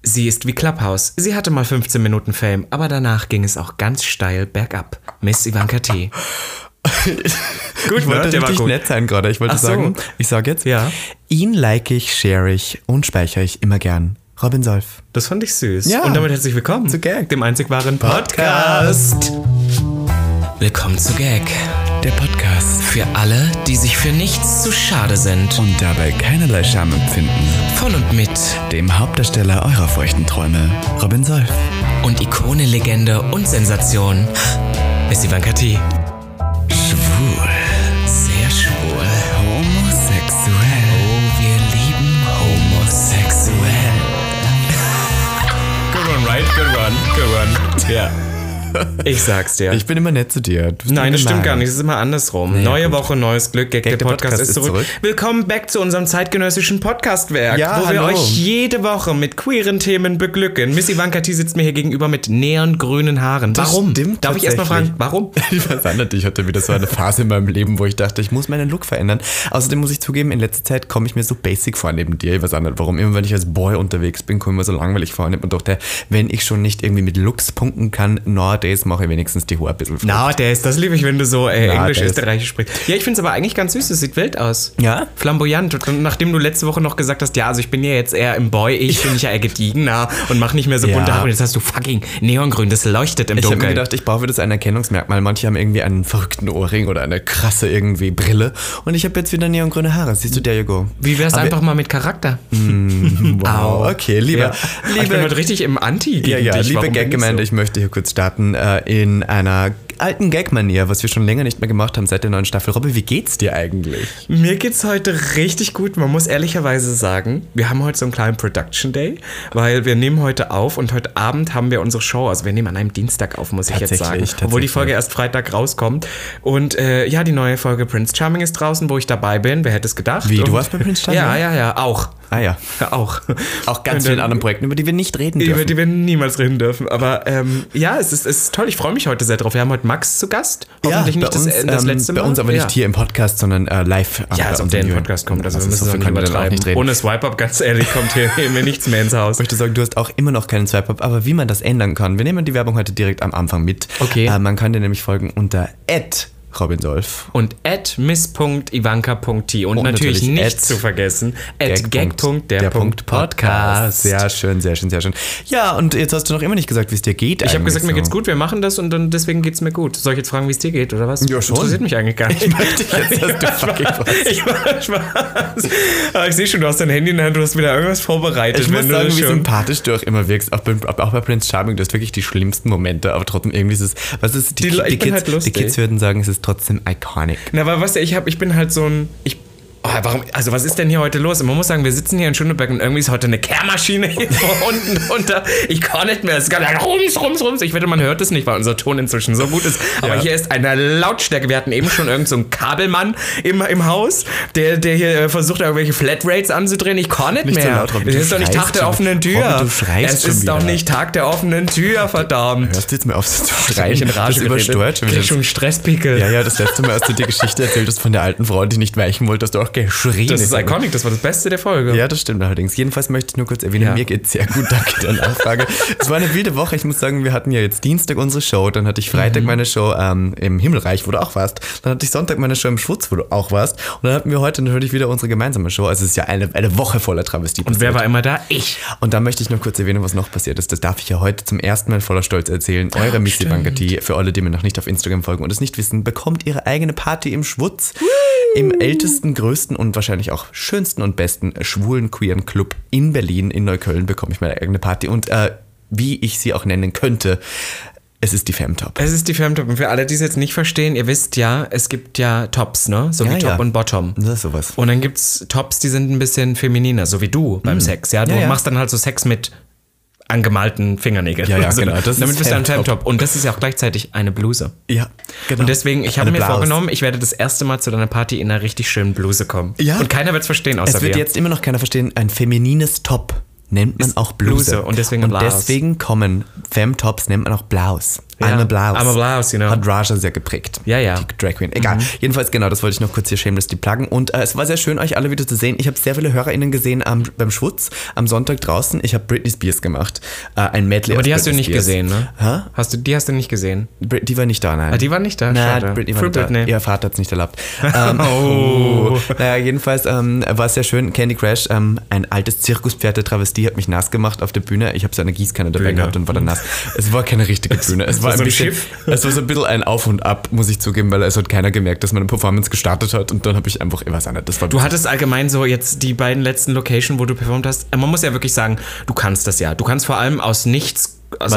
Sie ist wie Clubhouse. Sie hatte mal 15 Minuten Fame, aber danach ging es auch ganz steil bergab. Miss Ivanka T. Gut, ich wollte richtig nett sein gerade. Ich wollte sagen, ich sage jetzt, ihn like ich, share ich und speichere ich immer gern. Robin Solf. Das fand ich süß. Ja. Und damit herzlich willkommen zu Gag, dem einzig wahren Podcast. Willkommen zu Gag, der Podcast für alle, die sich für nichts zu schade sind und dabei keinerlei Scham empfinden. Von und mit dem Hauptdarsteller eurer feuchten Träume, Robin Solf. Und Ikone, Legende und Sensation, Miss Ivanka T. Schwul. Sehr schwul. Homosexuell. Oh, wir lieben homosexuell. Good one, right? Good one. Ja. Ich sag's dir. Ich bin immer nett zu dir. Nein, das stimmt gar nicht. Es ist immer andersrum. Nee, Neue Woche, neues Glück. Gag, der Podcast ist zurück. Willkommen back zu unserem zeitgenössischen Podcastwerk, wo wir euch jede Woche mit queeren Themen beglücken. Miss Ivanka T sitzt mir hier gegenüber mit neongrünen Haaren. Warum? Darf ich erstmal fragen, warum? Ich weiß nicht, ich hatte wieder so eine Phase in meinem Leben, wo ich dachte, ich muss meinen Look verändern. Außerdem muss ich zugeben, in letzter Zeit komme ich mir so basic vor neben dir. Ich weiß auch nicht, warum. Immer wenn ich als Boy unterwegs bin, komme ich mir so langweilig vor. Und dachte, wenn ich schon nicht irgendwie mit Looks punkten kann, nowadays mache ich wenigstens die Haare ein bisschen flott. Nowadays, das liebe ich, wenn du so Englisch-Österreichisch sprichst. Ja, ich finde es aber eigentlich ganz süß. Es sieht wild aus. Ja? Flamboyant. Und nachdem du letzte Woche noch gesagt hast, ja, also ich bin ja jetzt eher im Boy, bin ich ja eher gediegener und mache nicht mehr so bunte Haare. Und jetzt hast du fucking Neongrün, das leuchtet im Dunkeln. Ich habe mir gedacht, ich brauche das ein Erkennungsmerkmal. Manche haben irgendwie einen verrückten Ohrring oder eine krasse irgendwie Brille. Und ich habe jetzt wieder neongrüne Haare. Siehst du, there you go. Wie wär's einfach mal mit Charakter? Wow. Okay, liebe. Ich bin heute richtig im Anti gegen dich. Liebe Gag-Gemeinde, ich möchte hier kurz starten in einer alten Gag-Manier, was wir schon länger nicht mehr gemacht haben seit der neuen Staffel. Robby, wie geht's dir eigentlich? Mir geht's heute richtig gut. Man muss ehrlicherweise sagen, wir haben heute so einen kleinen Production Day, weil wir nehmen heute auf und heute Abend haben wir unsere Show. Also wir nehmen an einem Dienstag auf, muss ich jetzt sagen. Obwohl die Folge erst Freitag rauskommt. Und die neue Folge Prince Charming ist draußen, wo ich dabei bin. Wer hätte es gedacht? Wie, du warst bei Prince Charming? Ja, auch. Ah ja. Auch. Auch ganz vielen anderen Projekten, über die wir nicht reden dürfen. Über die wir niemals reden dürfen. Aber es ist toll. Ich freue mich heute sehr drauf. Wir haben heute Max zu Gast. Hoffentlich nicht das letzte Mal. Bei uns aber nicht hier im Podcast, sondern live. Ja, als ob der in den Podcast kommt. Also wir müssen es auch nicht übertreiben. Ohne Swipe-Up, ganz ehrlich, kommt hier mir nichts mehr ins Haus. Ich möchte sagen, du hast auch immer noch keinen Swipe-Up, aber wie man das ändern kann. Wir nehmen die Werbung heute direkt am Anfang mit. Okay. Man kann dir nämlich folgen unter Robin Solf. Und @miss.ivanka.t. Und natürlich nicht zu vergessen, @gag.der.podcast. Sehr schön, sehr schön, sehr schön. Ja, und jetzt hast du noch immer nicht gesagt, wie es dir geht. Ich habe gesagt, mir geht's gut, wir machen das und dann deswegen geht's mir gut. Soll ich jetzt fragen, wie es dir geht, oder was? Ja, schon. Interessiert mich eigentlich gar nicht. Ich möchte jetzt, dass du fucking Ich mach Spaß. Aber ich sehe schon, du hast dein Handy in der Hand, du hast wieder irgendwas vorbereitet. Ich muss sagen, wie sympathisch du auch immer wirkst. Auch bei Prince Charming, du hast wirklich die schlimmsten Momente, aber trotzdem irgendwie ist es, die Kids würden sagen, es ist trotzdem iconic. Na, aber weißt du, ich bin halt so ein... also was ist denn hier heute los? Man muss sagen, wir sitzen hier in Schöneberg und irgendwie ist heute eine Kehrmaschine hier unten drunter. Ich kann nicht mehr. Es ist gerade rums. Ich wette, man hört es nicht, weil unser Ton inzwischen so gut ist. Aber hier ist eine Lautstärke. Wir hatten eben schon irgend so einen Kabelmann im Haus, der hier versucht, irgendwelche Flatrates anzudrehen. Ich kann nicht mehr. So laut, Robin, es ist doch nicht Tag der offenen Tür. Es ist doch nicht Tag der offenen Tür, verdammt. Hörst du jetzt mal auf zu schreien? Ich in Rage übersteuert. Ich krieg schon einen Stresspickel. Ja, das letzte Mal, als du die Geschichte erzählt hast von der alten Frau, die nicht weichen wollte, dass du auch geschrien. Das ist iconic, das war das Beste der Folge. Ja, das stimmt allerdings. Jedenfalls möchte ich nur kurz erwähnen, mir geht's sehr gut, danke der Nachfrage. Es war eine wilde Woche, ich muss sagen, wir hatten ja jetzt Dienstag unsere Show, dann hatte ich Freitag meine Show im Himmelreich, wo du auch warst, dann hatte ich Sonntag meine Show im Schwutz, wo du auch warst und dann hatten wir heute natürlich wieder unsere gemeinsame Show, also es ist ja eine Woche voller Travestie passiert. Und wer war immer da? Ich. Und da möchte ich nur kurz erwähnen, was noch passiert ist. Das darf ich ja heute zum ersten Mal voller Stolz erzählen. Eure Miss Ivanka T, für alle, die mir noch nicht auf Instagram folgen und es nicht wissen, bekommt ihre eigene Party im Schwutz. Im ältesten, größten und wahrscheinlich auch schönsten und besten schwulen queeren Club in Berlin, in Neukölln, bekomme ich meine eigene Party. Und wie ich sie auch nennen könnte, es ist die Femtop. Es ist die Femtop. Und für alle, die es jetzt nicht verstehen, ihr wisst ja, es gibt ja Tops, ne? So wie Top und Bottom. Das ist sowas. Und dann gibt's Tops, die sind ein bisschen femininer, so wie du beim Sex. Ja, du machst dann halt so Sex mit angemalten Fingernägeln. Ja, genau. Damit bist du ein Femtop. Und das ist ja auch gleichzeitig eine Bluse. Ja, genau. Und deswegen, ich habe mir vorgenommen, ich werde das erste Mal zu deiner Party in einer richtig schönen Bluse kommen. Ja. Und keiner wird es verstehen, außer wir. Es wird jetzt immer noch keiner verstehen, ein feminines Top. nennt man auch Bluse. Und deswegen kommen Femtops, nennt man auch Blaus. Ja, I'm a Blouse. I'm a Blouse, you know. Hat Raja sehr geprägt. Ja. Die Drag Queen. Egal. Jedenfalls, genau, das wollte ich noch kurz hier shamelessly pluggen. Und es war sehr schön, euch alle wieder zu sehen. Ich habe sehr viele HörerInnen gesehen beim Schwutz am Sonntag draußen. Ich habe Britney Spears gemacht. Ein Medley. Aber die hast du nicht gesehen, ne? Hä? Die hast du nicht gesehen? Die war nicht da, nein. Die war nicht da? Nein, Schade. Britney war nicht da. Ihr Vater hat es nicht erlaubt. Naja, jedenfalls war es sehr schön. Candy Crash, ein altes Zirkuspferd der Travestie, hat mich nass gemacht auf der Bühne. Ich habe so eine Gießkanne dabei gehabt und war dann nass. Es war keine richtige Bühne. Es war so ein bisschen, Schiff. Es war so ein bisschen ein Auf und Ab, muss ich zugeben, weil es hat keiner gemerkt, dass meine Performance gestartet hat und dann habe ich einfach, ich weiß auch nicht, das war... Du hattest allgemein so jetzt die beiden letzten Location, wo du performt hast. Man muss ja wirklich sagen, du kannst das ja. Du kannst vor allem aus nichts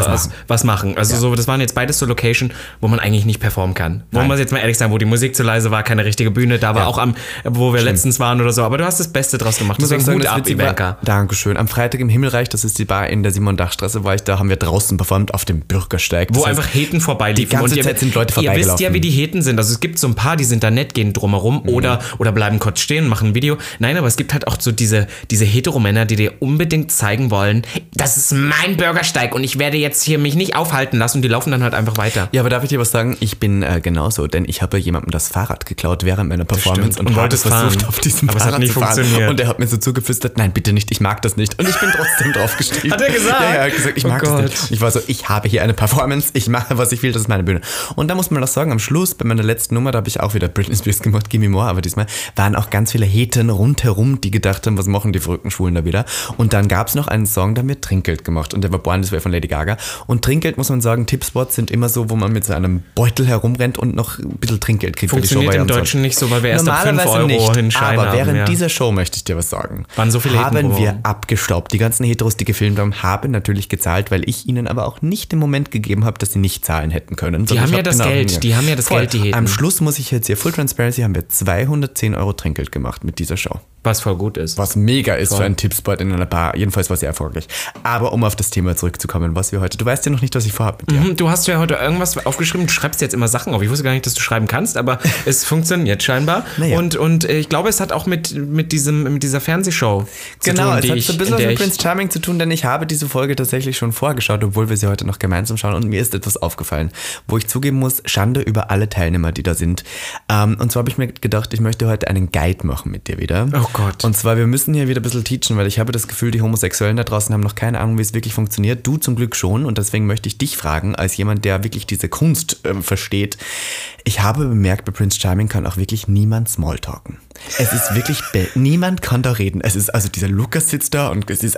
was machen. Also so, das waren jetzt beides so Location, wo man eigentlich nicht performen kann. Wo man jetzt mal ehrlich sagen, wo die Musik zu leise war, keine richtige Bühne, da war auch wo wir letztens waren oder so, aber du hast das Beste draus gemacht. Deswegen Hut ab, Ivanka. Dankeschön. Am Freitag im Himmelreich, das ist die Bar in der Simon-Dach-Straße, da haben wir draußen performt auf dem Bürgersteig. Wo einfach Heten vorbeiliefen. Die ganze Zeit sind Leute vorbeigelaufen. Ihr wisst ja, wie die Heten sind. Also es gibt so ein paar, die sind da nett, gehen drumherum oder bleiben kurz stehen und machen ein Video. Nein, aber es gibt halt auch so diese Heteromänner, die dir unbedingt zeigen wollen, das ist mein Bürgersteig und ich werde jetzt hier mich nicht aufhalten lassen und die laufen dann halt einfach weiter. Ja, aber darf ich dir was sagen? Ich bin genauso, denn ich habe jemandem das Fahrrad geklaut während meiner Performance und wollte versucht, auf diesem aber Fahrrad es hat nicht zu fahren. Funktioniert. Und er hat mir so zugeflüstert, nein, bitte nicht, ich mag das nicht. Und ich bin trotzdem draufgestiegen. Hat er gesagt? Ja, er hat gesagt, ich mag das nicht. Und ich war so, ich habe hier eine Performance, ich mache, was ich will, das ist meine Bühne. Und da muss man das sagen, am Schluss, bei meiner letzten Nummer, da habe ich auch wieder Britney Spears gemacht, Gimme More, aber diesmal waren auch ganz viele Heten rundherum, die gedacht haben, was machen die verrückten Schwulen da wieder. Und dann gab es noch einen Song, der mir Trinkgeld gemacht und der war Born This Way von Lady Gaga. Und Trinkgeld, muss man sagen, Tippspots sind immer so, wo man mit so einem Beutel herumrennt und noch ein bisschen Trinkgeld kriegt. Funktioniert im Deutschen nicht so, weil wir erst ab 5 Euro nicht, aber während dieser Show möchte ich dir was sagen. Waren so viele haben wir abgestaubt. Die ganzen Heteros, die gefilmt haben natürlich gezahlt, weil ich ihnen aber auch nicht den Moment gegeben habe, dass sie nicht zahlen hätten können. Die haben ja das Geld, die Heten. Am Schluss muss ich jetzt hier, Full Transparency, haben wir 210 Euro Trinkgeld gemacht mit dieser Show. Was voll gut ist. Was mega ist für einen Tippspot in einer Bar. Jedenfalls war sie erfolgreich. Aber um auf das Thema zurückzukommen, was wir heute... Du weißt ja noch nicht, was ich vorhabe mit dir. Du hast ja heute irgendwas aufgeschrieben. Du schreibst jetzt immer Sachen auf. Ich wusste gar nicht, dass du schreiben kannst, aber es funktioniert scheinbar. Naja. Und ich glaube, es hat auch mit dieser Fernsehshow zu tun. Genau, es hat so ein bisschen was mit Prince Charming zu tun, denn ich habe diese Folge tatsächlich schon vorgeschaut, obwohl wir sie heute noch gemeinsam schauen. Und mir ist etwas aufgefallen, wo ich zugeben muss, Schande über alle Teilnehmer, die da sind. Und zwar habe ich mir gedacht, ich möchte heute einen Guide machen mit dir wieder. Oh Gott. Und zwar, wir müssen hier wieder ein bisschen teachen, weil ich habe das Gefühl, die Homosexuellen da draußen haben noch keine Ahnung, wie es wirklich funktioniert. Du zum Glück schon. Und deswegen möchte ich dich fragen, als jemand, der wirklich diese Kunst versteht. Ich habe bemerkt, bei Prince Charming kann auch wirklich niemand Smalltalken. Es ist wirklich, niemand kann da reden. Es ist, also dieser Lukas sitzt da und es ist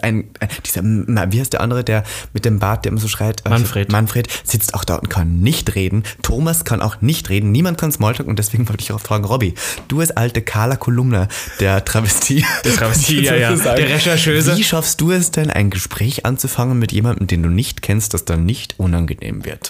wie heißt der andere, der mit dem Bart, der immer so schreit? Manfred sitzt auch da und kann nicht reden. Thomas kann auch nicht reden. Niemand kann Smalltalk und deswegen wollte ich auch fragen, Robby, du als alte Carla Kolumna, der Travestie. Der Rechercheuse. Wie schaffst du es denn, ein Gespräch anzufangen mit jemandem, den du nicht kennst, das dann nicht unangenehm wird?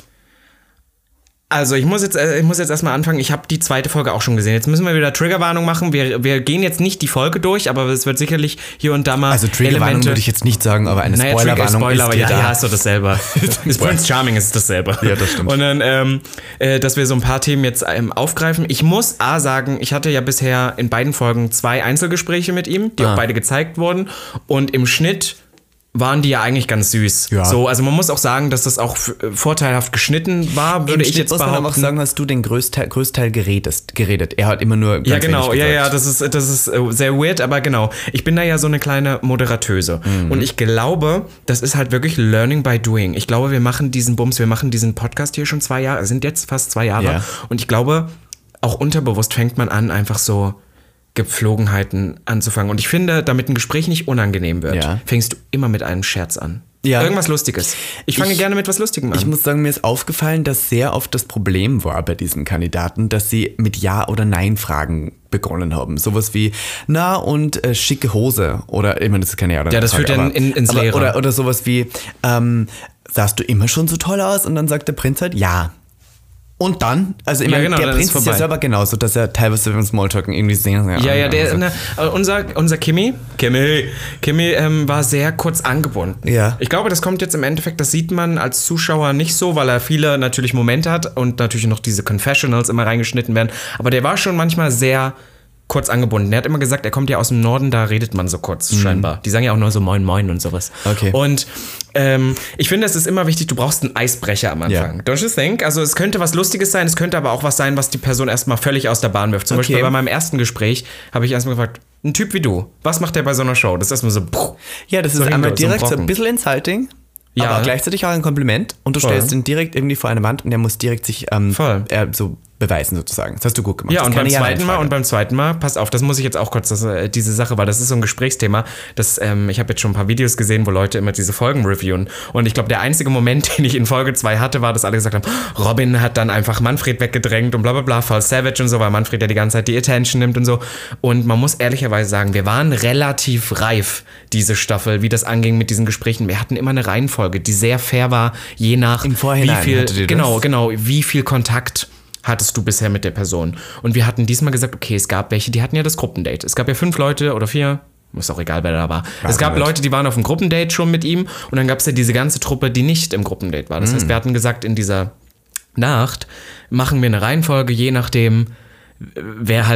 Also ich muss jetzt erstmal anfangen. Ich habe die zweite Folge auch schon gesehen. Jetzt müssen wir wieder Triggerwarnung machen. Wir gehen jetzt nicht die Folge durch, aber es wird sicherlich hier und da mal Also Triggerwarnung würde ich jetzt nicht sagen, aber eine Spoilerwarnung ist ja, da. Ist doch dasselbe. Ist Prince Charming ist dasselbe. Ja, das stimmt. Und dann, dass wir so ein paar Themen jetzt aufgreifen. Ich muss sagen, ich hatte ja bisher in beiden Folgen 2 Einzelgespräche mit ihm, die auch beide gezeigt wurden. Und im Schnitt waren die ja eigentlich ganz süß. Ja. So, also man muss auch sagen, dass das auch vorteilhaft geschnitten war, würde ich jetzt behaupten. Muss man auch sagen, hast du den Größteil geredet. Er hat immer nur ganz ja, genau, ja, das ist sehr weird, aber genau. Ich bin da ja so eine kleine Moderatöse. Und ich glaube, das ist halt wirklich Learning by Doing. Ich glaube, wir machen diesen Podcast hier schon 2 Jahre, sind jetzt fast 2 Jahre. Ja. Und ich glaube, auch unterbewusst fängt man an, einfach so Gepflogenheiten anzufangen. Und ich finde, damit ein Gespräch nicht unangenehm wird, fängst du immer mit einem Scherz an. Ja. Irgendwas Lustiges. Ich fange gerne mit was Lustigem an. Ich muss sagen, mir ist aufgefallen, dass sehr oft das Problem war bei diesen Kandidaten, dass sie mit Ja- oder Nein-Fragen begonnen haben. Sowas wie, na und schicke Hose. Oder, ich meine, das ist keine Ja- oder Nein-Frage. Ja, das führt dann ins Leere. Oder sowas wie, sahst du immer schon so toll aus? Und dann sagt der Prinz halt, ja. Und dann, also ich meine, der Prinz ist ja selber genauso, dass er teilweise beim Smalltalken irgendwie sehen kann. Unser Kimi war sehr kurz angebunden. Ja. Ich glaube, das kommt jetzt im Endeffekt, das sieht man als Zuschauer nicht so, weil er viele natürlich Momente hat und natürlich noch diese Confessionals immer reingeschnitten werden. Aber der war schon manchmal sehr kurz angebunden. Er hat immer gesagt, er kommt ja aus dem Norden, da redet man so kurz scheinbar. Die sagen ja auch nur so Moin Moin und sowas. Okay. Und ich finde, es ist immer wichtig, du brauchst einen Eisbrecher am Anfang. Don't you think? Also es könnte was Lustiges sein, es könnte aber auch was sein, was die Person erstmal völlig aus der Bahn wirft. Zum Beispiel bei meinem ersten Gespräch habe ich erstmal gefragt, ein Typ wie du, was macht der bei so einer Show? Das ist erstmal so, ja, das ist einmal direkt so ein bisschen insulting. Ja. Aber gleichzeitig auch ein Kompliment und du stellst ihn direkt irgendwie vor eine Wand und er muss direkt sich so beweisen sozusagen. Das hast du gut gemacht. Ja, das und beim zweiten Mal, pass auf, das muss ich jetzt auch kurz, diese Sache, weil das ist so ein Gesprächsthema, ich habe jetzt schon ein paar Videos gesehen, wo Leute immer diese Folgen reviewen und ich glaube, der einzige Moment, den ich in Folge 2 hatte, war, dass alle gesagt haben, Robin hat dann einfach Manfred weggedrängt und bla bla bla, voll savage und so, weil Manfred ja die ganze Zeit die Attention nimmt und so und man muss ehrlicherweise sagen, wir waren relativ reif, diese Staffel, wie das anging mit diesen Gesprächen. Wir hatten immer eine Reihenfolge, die sehr fair war, je nach im Vorhinein wie viel, genau, wie viel Kontakt hattest du bisher mit der Person. Und wir hatten diesmal gesagt, okay, es gab welche, die hatten ja das Gruppendate. Es gab ja 5 Leute oder 4, ist auch egal, wer da war. Es gab Leute, die waren auf dem Gruppendate schon mit ihm und dann gab es ja diese ganze Truppe, die nicht im Gruppendate war. Das heißt, wir hatten gesagt, in dieser Nacht machen wir eine Reihenfolge, je nachdem, wer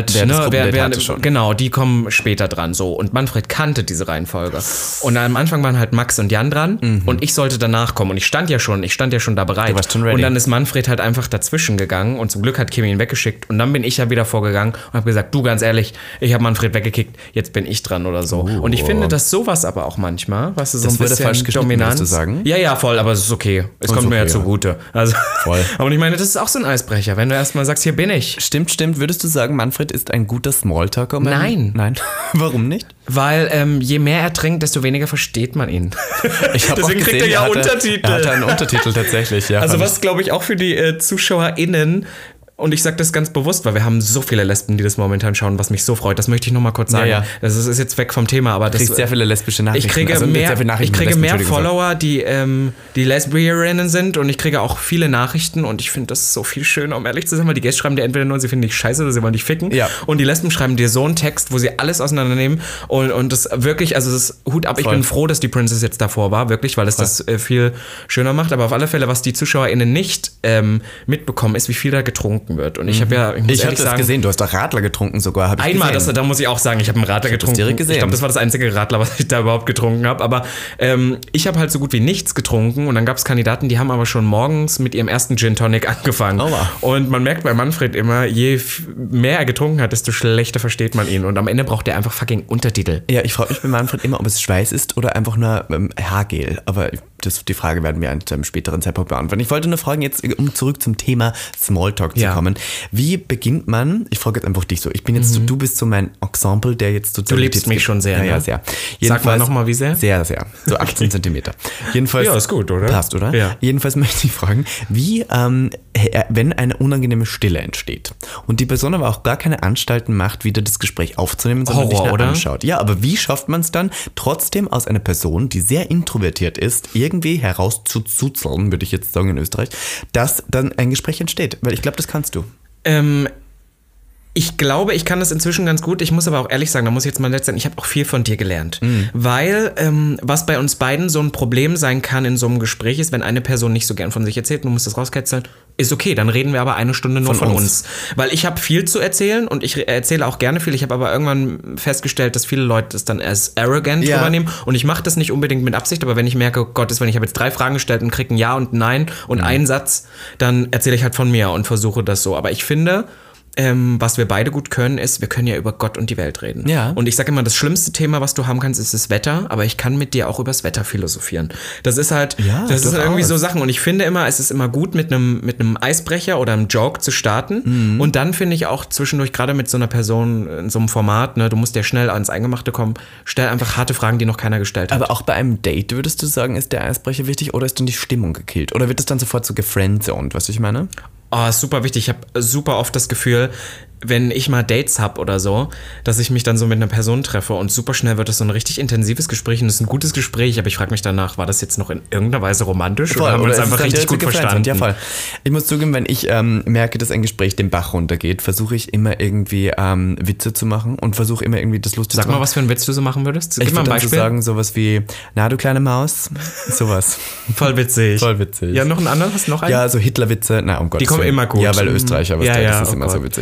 schon. Genau, die kommen später dran. So. Und Manfred kannte diese Reihenfolge. Und am Anfang waren halt Max und Jan dran und ich sollte danach kommen. Und ich stand ja schon da bereit. Du warst schon ready. Und dann ist Manfred halt einfach dazwischen gegangen und zum Glück hat Kimi ihn weggeschickt. Und dann bin ich ja wieder vorgegangen und habe gesagt, du, ganz ehrlich, ich habe Manfred weggekickt, jetzt bin ich dran oder so. Und ich finde, dass sowas aber auch manchmal, weißt du, so ein bisschen falsch Dominanz. Du sagen? Ja, voll, aber es ist okay. Es kommt mir ja zugute. Also, voll. Aber ich meine, das ist auch so ein Eisbrecher, wenn du erstmal sagst, hier bin ich. Stimmt. Würdest du sagen, Manfred ist ein guter Smalltalker? Nein. Warum nicht? Weil je mehr er trinkt, desto weniger versteht man ihn. Deswegen kriegt er ja Untertitel. Er hatte einen Untertitel tatsächlich, ja. Also was, glaube ich, auch für die ZuschauerInnen, und ich sage das ganz bewusst, weil wir haben so viele Lesben, die das momentan schauen, was mich so freut. Das möchte ich nochmal kurz sagen. Ja. Das ist jetzt weg vom Thema, aber das... Du kriegst sehr viele lesbische Nachrichten. Ich kriege mehr Follower, die Lesbierinnen sind und ich kriege auch viele Nachrichten und ich finde das so viel schöner, um ehrlich zu sein, weil die Gäste schreiben dir entweder nur, sie finden dich scheiße oder sie wollen dich ficken. Ja. Und die Lesben schreiben dir so einen Text, wo sie alles auseinandernehmen und das wirklich, also das ist Hut ab. Voll. Ich bin froh, dass die Princess jetzt davor war, wirklich, weil es das viel schöner macht. Aber auf alle Fälle, was die ZuschauerInnen nicht mitbekommen, ist, wie viel da getrunken wird. Und ich habe ich habe das gesehen, du hast doch Radler getrunken sogar. Da muss ich auch sagen, ich habe einen Radler getrunken. Ich glaube, das war das einzige Radler, was ich da überhaupt getrunken habe. Aber ich habe halt so gut wie nichts getrunken und dann gab es Kandidaten, die haben aber schon morgens mit ihrem ersten Gin Tonic angefangen. Oh, wow. Und man merkt bei Manfred immer, je mehr er getrunken hat, desto schlechter versteht man ihn. Und am Ende braucht er einfach fucking Untertitel. Ja, ich frage mich bei Manfred immer, ob es Schweiß ist oder einfach nur Haargel. Aber die Frage werden wir zu einem späteren Zeitpunkt beantworten. Ich wollte nur fragen, jetzt um zurück zum Thema Smalltalk zu kommen. Wie beginnt man, ich frage jetzt einfach dich so, ich bin jetzt du bist so mein Ensemble, der jetzt so... Du liebst mich schon sehr, ja, sehr. Sag mal nochmal, wie sehr? Sehr, sehr. So 18 Zentimeter. Jedenfalls, ja, ist gut, oder? Passt, oder? Ja. Jedenfalls möchte ich fragen, wie, wenn eine unangenehme Stille entsteht und die Person aber auch gar keine Anstalten macht, wieder das Gespräch aufzunehmen, sondern dich nur anschaut. Ja, aber wie schafft man es dann, trotzdem aus einer Person, die sehr introvertiert ist, irgendwie herauszuzuzeln, würde ich jetzt sagen in Österreich, dass dann ein Gespräch entsteht? Weil ich glaube, das kannst du. Ich glaube, ich kann das inzwischen ganz gut. Ich muss aber auch ehrlich sagen, da muss ich jetzt mal nett sein, ich habe auch viel von dir gelernt. Weil was bei uns beiden so ein Problem sein kann in so einem Gespräch ist, wenn eine Person nicht so gern von sich erzählt, du musst das rauskatzeln, ist okay, dann reden wir aber eine Stunde nur von uns. Weil ich habe viel zu erzählen und ich erzähle auch gerne viel. Ich habe aber irgendwann festgestellt, dass viele Leute das dann als arrogant übernehmen und ich mache das nicht unbedingt mit Absicht, aber wenn ich merke, Gottes Willen, ich habe jetzt 3 Fragen gestellt und kriege ein Ja und ein Nein und einen Satz, dann erzähle ich halt von mir und versuche das so. Aber ich finde... was wir beide gut können, ist, wir können ja über Gott und die Welt reden. Ja. Und ich sage immer, das schlimmste Thema, was du haben kannst, ist das Wetter, aber ich kann mit dir auch über das Wetter philosophieren. Das ist halt, das ist irgendwie so Sachen. Und ich finde immer, es ist immer gut, mit einem Eisbrecher oder einem Joke zu starten. Und dann finde ich auch zwischendurch, gerade mit so einer Person in so einem Format, ne, du musst ja schnell ans Eingemachte kommen, stell einfach harte Fragen, die noch keiner gestellt hat. Aber auch bei einem Date, würdest du sagen, ist der Eisbrecher wichtig oder ist dann die Stimmung gekillt? Oder wird es dann sofort so gefriendzoned, was ich meine? Oh, ist super wichtig. Ich habe super oft das Gefühl, wenn ich mal Dates habe oder so, dass ich mich dann so mit einer Person treffe und super schnell wird das so ein richtig intensives Gespräch und es ist ein gutes Gespräch, aber ich frage mich danach, war das jetzt noch in irgendeiner Weise romantisch oder haben wir uns einfach richtig gut verstanden? Ja, voll. Ich muss zugeben, wenn ich merke, dass ein Gespräch den Bach runtergeht, versuche ich immer irgendwie Witze zu machen und versuche immer irgendwie das lustig zu machen. Sag mal, was für einen Witz du so machen würdest? Gib mal ein Beispiel. Ich würde sagen, sowas wie, na du kleine Maus, sowas. Voll witzig. Voll witzig. Ja, noch einen anderen? Hast du noch einen? Ja, so Hitlerwitze, na um Gottes Willen. Die kommen immer gut. Ja, weil Österreicher, das ist immer so witzig, naja.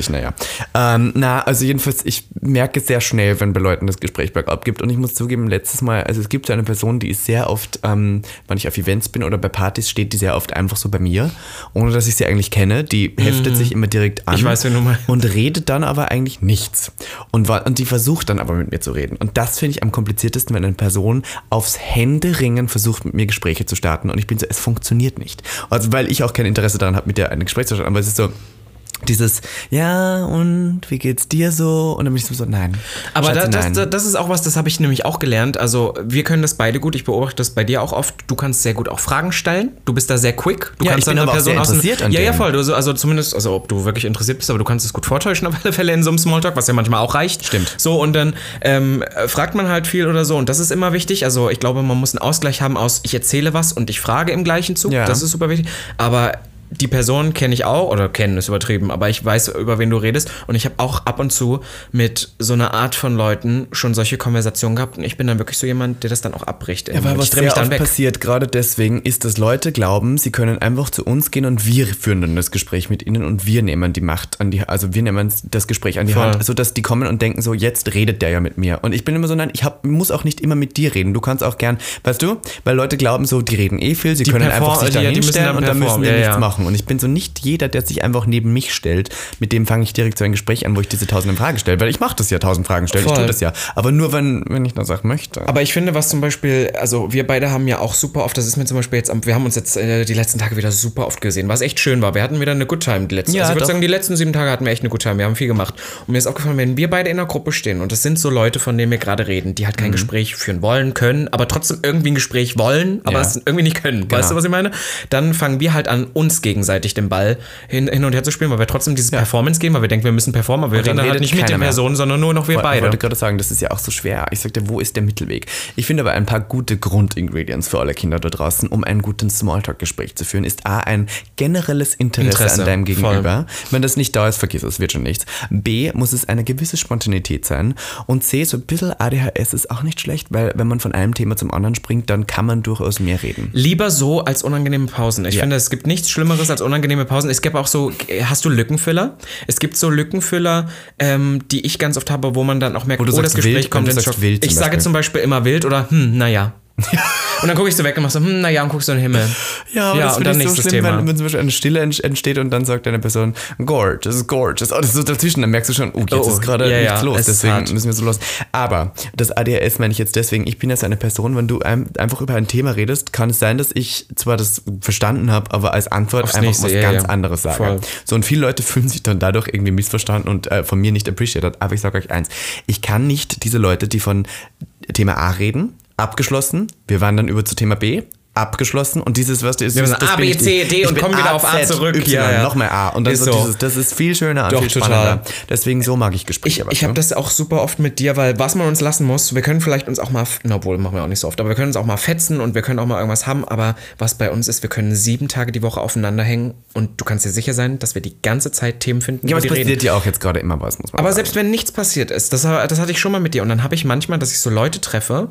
Also jedenfalls, ich merke sehr schnell, wenn bei Leuten das Gespräch bergab gibt. Und ich muss zugeben, letztes Mal, also es gibt so eine Person, die ist sehr oft, wenn ich auf Events bin oder bei Partys, steht die sehr oft einfach so bei mir, ohne dass ich sie eigentlich kenne. Die heftet sich immer direkt an. Ich weiß, wen du meinst. Und redet dann aber eigentlich nichts. Und die versucht dann aber mit mir zu reden. Und das finde ich am kompliziertesten, wenn eine Person aufs Händeringen versucht, mit mir Gespräche zu starten. Und ich bin so, es funktioniert nicht. Also weil ich auch kein Interesse daran habe, mit der ein Gespräch zu starten. Aber es ist so, dieses, ja, und wie geht's dir so? Und dann bin ich so, nein. Aber Schatzi, das ist auch was, das habe ich nämlich auch gelernt. Also wir können das beide gut. Ich beobachte das bei dir auch oft. Du kannst sehr gut auch Fragen stellen. Du bist da sehr quick. Du kannst ich bin aber auch sehr interessiert an Ja, voll. Also zumindest, also ob du wirklich interessiert bist, aber du kannst es gut vortäuschen auf alle Fälle in so einem Smalltalk, was ja manchmal auch reicht. Stimmt. So, und dann fragt man halt viel oder so. Und das ist immer wichtig. Also ich glaube, man muss einen Ausgleich haben aus, ich erzähle was und ich frage im gleichen Zug. Ja. Das ist super wichtig. Aber die Person kenne ich auch, oder kennen ist übertrieben, aber ich weiß, über wen du redest und ich habe auch ab und zu mit so einer Art von Leuten schon solche Konversationen gehabt und ich bin dann wirklich so jemand, der das dann auch abbricht. Ja, aber was sehr oft passiert, gerade deswegen, ist, dass Leute glauben, sie können einfach zu uns gehen und wir führen dann das Gespräch mit ihnen und wir nehmen die Macht an die, also wir nehmen das Gespräch an die Hand, sodass die kommen und denken so, jetzt redet der ja mit mir. Und ich bin immer so, nein, muss auch nicht immer mit dir reden. Du kannst auch gern, weißt du, weil Leute glauben so, die reden eh viel, sie können einfach sich da hinstellen und dann müssen die nichts machen. Und ich bin so, nicht jeder, der sich einfach neben mich stellt, mit dem fange ich direkt so ein Gespräch an, wo ich diese 1000 Fragen stelle, weil ich mache das ja, 1000 Fragen stellen, ich tue das ja. Aber nur, wenn ich das auch möchte. Aber ich finde, was zum Beispiel, also wir beide haben ja auch super oft, das ist mir zum Beispiel jetzt, wir haben uns jetzt die letzten Tage wieder super oft gesehen, was echt schön war. Wir hatten wieder eine Good Time die letzten, ja, also ich würde sagen, die letzten 7 Tage hatten wir echt eine Good Time, wir haben viel gemacht. Und mir ist aufgefallen, wenn wir beide in einer Gruppe stehen und das sind so Leute, von denen wir gerade reden, die halt kein Gespräch führen wollen, können, aber trotzdem irgendwie ein Gespräch wollen, aber es irgendwie nicht können. Weißt du, was ich meine? Dann fangen wir halt an, uns gegenseitig den Ball hin und her zu spielen, weil wir trotzdem dieses Performance geben, weil wir denken, wir müssen performen, aber wir reden dann halt nicht mit der Person, sondern nur noch wir beide. Ich wollte gerade sagen, das ist ja auch so schwer. Ich sagte, wo ist der Mittelweg? Ich finde aber ein paar gute Grundingredients für alle Kinder da draußen, um einen guten Smalltalk-Gespräch zu führen, ist A, ein generelles Interesse an deinem Gegenüber. Voll. Wenn das nicht da ist, vergiss es, wird schon nichts. B, muss es eine gewisse Spontanität sein. Und C, so ein bisschen ADHS ist auch nicht schlecht, weil wenn man von einem Thema zum anderen springt, dann kann man durchaus mehr reden. Lieber so als unangenehme Pausen. Ich finde, es gibt nichts Schlimmeres als unangenehme Pausen. Es gibt auch so, hast du Lückenfüller? Es gibt so Lückenfüller, die ich ganz oft habe, wo man dann auch merkt, das Gespräch kommt ins Schock. Ich sage zum Beispiel immer wild oder naja. Und dann gucke ich so weg und mach so, naja, und guckst so in den Himmel. Ja, aber das finde ich so schlimm, wenn zum Beispiel eine Stille entsteht und dann sagt eine Person, gorgeous. Oh, das ist so dazwischen, dann merkst du schon, jetzt ist gerade nichts los, deswegen müssen wir so los. Aber das ADHS meine ich jetzt deswegen, ich bin jetzt eine Person, wenn du einfach über ein Thema redest, kann es sein, dass ich zwar das verstanden habe, aber als Antwort einfach was ganz anderes sage. Voll. So, und viele Leute fühlen sich dann dadurch irgendwie missverstanden und von mir nicht appreciated. Aber ich sage euch eins, ich kann nicht diese Leute, die von Thema A reden, abgeschlossen, wir wandern über zu Thema B, abgeschlossen und dieses, was ist das A, B, C, D und kommen wieder auf A zurück. Y, nochmal A und dann ist so das ist viel schöner und viel spannender. Deswegen so mag ich Gespräche. Ich habe das auch super oft mit dir, weil was man uns lassen muss, wir können vielleicht uns auch mal, obwohl machen wir auch nicht so oft, aber wir können uns auch mal fetzen und wir können auch mal irgendwas haben, aber was bei uns ist, wir können 7 Tage die Woche aufeinander hängen und du kannst dir sicher sein, dass wir die ganze Zeit Themen finden, ja, aber es passiert ja auch jetzt gerade immer was, muss man sagen. Selbst wenn nichts passiert ist, das hatte ich schon mal mit dir und dann habe ich manchmal, dass ich so Leute treffe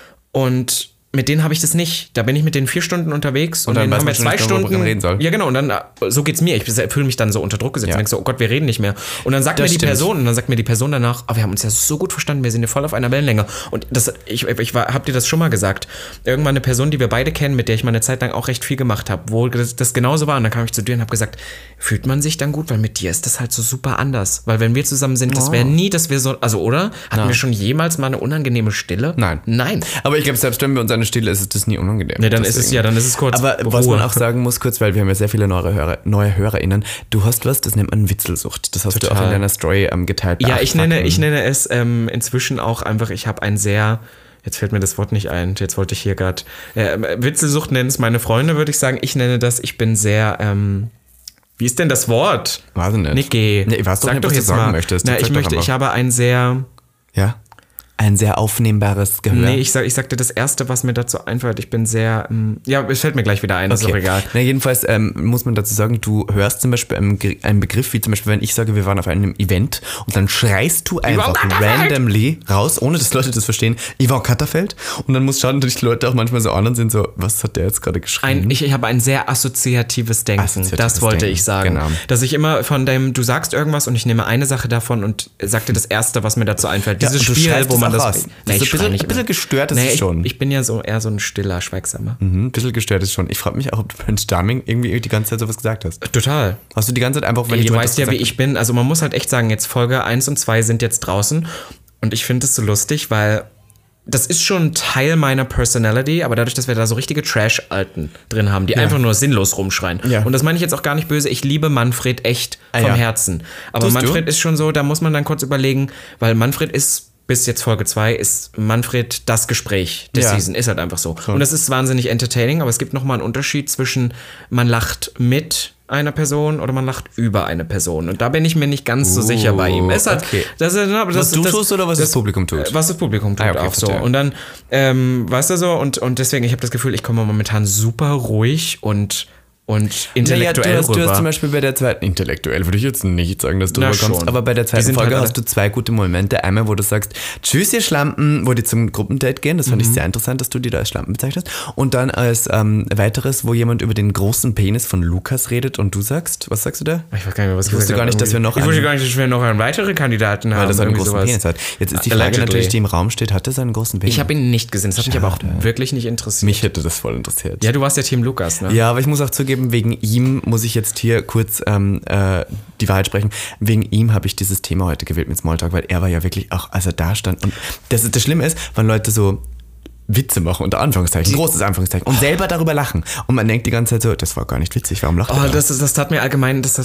und mit denen habe ich das nicht. Da bin ich mit denen 4 Stunden unterwegs und dann haben wir 2 Stunden. Reden soll. Ja, genau. Und dann, so geht's mir. Ich fühle mich dann so unter Druck gesetzt und denke so, oh Gott, wir reden nicht mehr. Und dann sagt mir die Person danach, wir haben uns ja so gut verstanden, wir sind ja voll auf einer Wellenlänge. Und ich hab dir das schon mal gesagt. Irgendwann eine Person, die wir beide kennen, mit der ich mal eine Zeit lang auch recht viel gemacht habe, wo das genauso war. Und dann kam ich zu dir und habe gesagt, fühlt man sich dann gut? Weil mit dir ist das halt so super anders. Weil wenn wir zusammen sind, das wäre nie, dass wir so, also oder? Hatten wir schon jemals mal eine unangenehme Stille? Nein. Aber ich glaube, selbst wenn wir uns eine Stille ist das nie unangenehm. Nee, dann ist es kurz. Aber was man auch sagen muss, kurz, weil wir haben ja sehr viele neue HörerInnen, du hast was, das nennt man Witzelsucht. Das hast du auch in deiner Story geteilt. Ja, ich nenne es inzwischen auch einfach, ich habe ein sehr, jetzt fällt mir das Wort nicht ein, jetzt wollte ich hier gerade, Witzelsucht nennen es meine Freunde, würde ich sagen. Ich nenne das, ich bin sehr, wie ist denn das Wort? Weiß ich nicht. Niki. Nee, ich weiß doch nicht, was du sagen möchtest. Ich habe ein sehr... Ja? ein sehr aufnehmbares Gehör? Nee, ich sagte das Erste, was mir dazu einfällt. Ich bin sehr, es fällt mir gleich wieder ein, ist auch egal. Na, jedenfalls muss man dazu sagen, du hörst zum Beispiel einen Begriff, wie zum Beispiel, wenn ich sage, wir waren auf einem Event und dann schreist du einfach randomly raus, ohne dass Leute das verstehen, Yvonne Katterfeld, und dann muss schauen, dass die Leute auch manchmal so an und sind so, was hat der jetzt gerade geschrieben? Ich habe ein sehr assoziatives Denken, das wollte ich sagen. Genau. Dass ich immer du sagst irgendwas und ich nehme eine Sache davon und sag dir das Erste, was mir dazu einfällt. Dieses Spiel, wo man das... Nee, ein bisschen gestört ist es schon. Ich bin ja eher so ein stiller, schweigsamer. Ein bisschen gestört ist schon. Ich frage mich auch, ob du Prince Charming irgendwie die ganze Zeit sowas gesagt hast. Total. Hast du die ganze Zeit einfach, wenn du weißt ja, wie ich bin. Also man muss halt echt sagen, jetzt Folge 1 und 2 sind jetzt draußen und ich finde es so lustig, weil das ist schon Teil meiner Personality, aber dadurch, dass wir da so richtige Trash-Alten drin haben, die einfach nur sinnlos rumschreien. Ja. Und das meine ich jetzt auch gar nicht böse. Ich liebe Manfred echt vom Herzen. Aber Manfred ist schon so, da muss man dann kurz überlegen, weil Manfred ist bis jetzt Folge 2 ist Manfred das Gespräch der Season. Ist halt einfach so. Und das ist wahnsinnig entertaining, aber es gibt nochmal einen Unterschied zwischen man lacht mit einer Person oder man lacht über eine Person. Und da bin ich mir nicht ganz so sicher bei ihm. Es hat, was du tust oder was das Publikum tut? Was das Publikum tut, auch so. Und dann, weißt du so, und deswegen, ich habe das Gefühl, ich komme momentan super ruhig und intellektuell rüber. Du hast zum Beispiel bei der zweiten, intellektuell würde ich jetzt nicht sagen, dass du rüberkommst, aber bei der zweiten Folge hast du 2 gute Momente. Einmal, wo du sagst, tschüss ihr Schlampen, wo die zum Gruppendate gehen. Das fand ich sehr interessant, dass du die da als Schlampen bezeichnest. Und dann als weiteres, wo jemand über den großen Penis von Lukas redet und du sagst, was sagst du da? Ich weiß gar nicht mehr, was ich wusste gar nicht, dass wir noch einen weiteren Kandidaten haben. Weil das einen großen Penis hat. Jetzt ist die Frage natürlich, die im Raum steht, hat er seinen großen Penis? Ich habe ihn nicht gesehen, das hat mich aber auch wirklich nicht interessiert. Mich hätte das voll interessiert. Ja, du warst ja Team Lukas, ne? Ja, aber ich muss auch zugeben, wegen ihm muss ich jetzt hier kurz die Wahrheit sprechen. Wegen ihm habe ich dieses Thema heute gewählt mit Smalltalk, weil er war ja wirklich auch, als er da stand. Und das Schlimme ist, wenn Leute so Witze machen, unter Anführungszeichen, großes Anführungszeichen, und selber darüber lachen. Und man denkt die ganze Zeit so, das war gar nicht witzig, warum lacht er? Das tat mir allgemein, das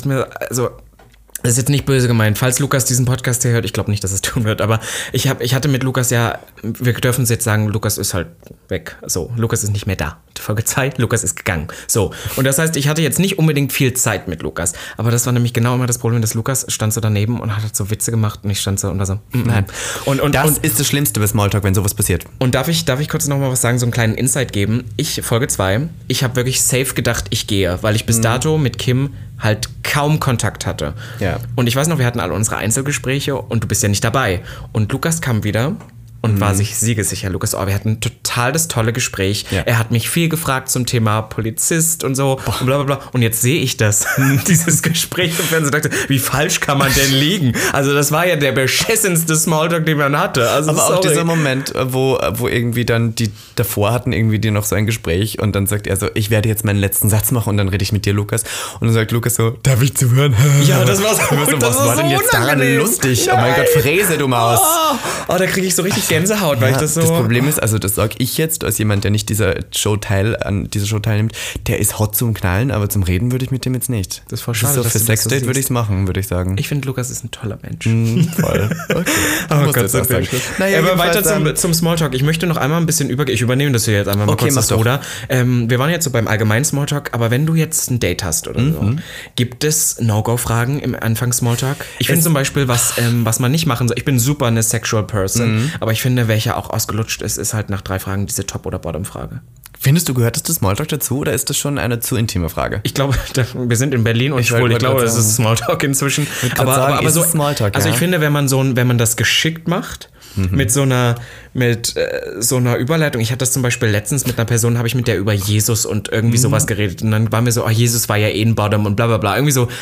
ist jetzt nicht böse gemeint. Falls Lukas diesen Podcast hier hört, ich glaube nicht, dass es tun wird, aber ich hatte mit Lukas wir dürfen es jetzt sagen, Lukas ist halt weg. So, Lukas ist nicht mehr da. Folge 2, Lukas ist gegangen. So, und das heißt, ich hatte jetzt nicht unbedingt viel Zeit mit Lukas, aber das war nämlich genau immer das Problem, dass Lukas stand so daneben und hat so Witze gemacht und ich stand so und war so, nein. Und das ist das Schlimmste bei Smalltalk, wenn sowas passiert. Und darf ich kurz noch mal was sagen, so einen kleinen Insight geben? Folge 2, ich habe wirklich safe gedacht, ich gehe, weil ich bis dato mit Kim halt kaum Kontakt hatte. Ja. Und ich weiß noch, wir hatten alle unsere Einzelgespräche und du bist ja nicht dabei. Und Lukas kam wieder und war sich siegessicher. Lukas, wir hatten total das tolle Gespräch. Ja. Er hat mich viel gefragt zum Thema Polizist und so und bla bla bla. Und jetzt sehe ich dieses Gespräch im Fernsehen und dachte, wie falsch kann man denn liegen? Also das war ja der beschissenste Smalltalk, den man hatte. Also aber auch dieser Moment, wo irgendwie dann die davor hatten irgendwie die noch so ein Gespräch und dann sagt er so, ich werde jetzt meinen letzten Satz machen und dann rede ich mit dir, Lukas. Und dann sagt Lukas so, darf ich zuhören? Ja, das war so was war denn jetzt daran lustig? Nein. Oh mein Gott, Fräse, du Maus. Da kriege ich so richtig Gänsehaut, weil ich das so... Das Problem ist, also das sage ich jetzt, als jemand, der nicht an dieser Show teilnimmt, der ist hot zum Knallen, aber zum Reden würde ich mit dem jetzt nicht. Das ist voll schade. So für Sexdate würde ich es machen, würde ich sagen. Ich finde, Lukas ist ein toller Mensch. Voll. Okay. Oh Gott, so viel. Naja, aber weiter zum Smalltalk. Ich möchte noch einmal ein bisschen ich übernehme das hier jetzt einmal mal kurz das Ruder. Wir waren jetzt so beim allgemeinen Smalltalk, aber wenn du jetzt ein Date hast oder so, gibt es No-Go-Fragen im Anfangs-Smalltalk? Ich finde zum Beispiel, was man nicht machen soll, ich bin super eine Sexual Person, aber ich finde, welcher auch ausgelutscht ist halt nach 3 Fragen diese Top- oder Bottom-Frage. Findest du, gehört das Smalltalk dazu oder ist das schon eine zu intime Frage? Ich glaube, wir sind in Berlin und ich glaube, das ist Smalltalk inzwischen. Aber so Smalltalk, also ich finde, wenn man das geschickt macht, mit so einer Überleitung. Ich hatte das zum Beispiel letztens mit einer Person, habe ich mit der über Jesus und irgendwie sowas geredet. Und dann war mir so, Jesus war ja ein Bottom und bla bla bla. Irgendwie so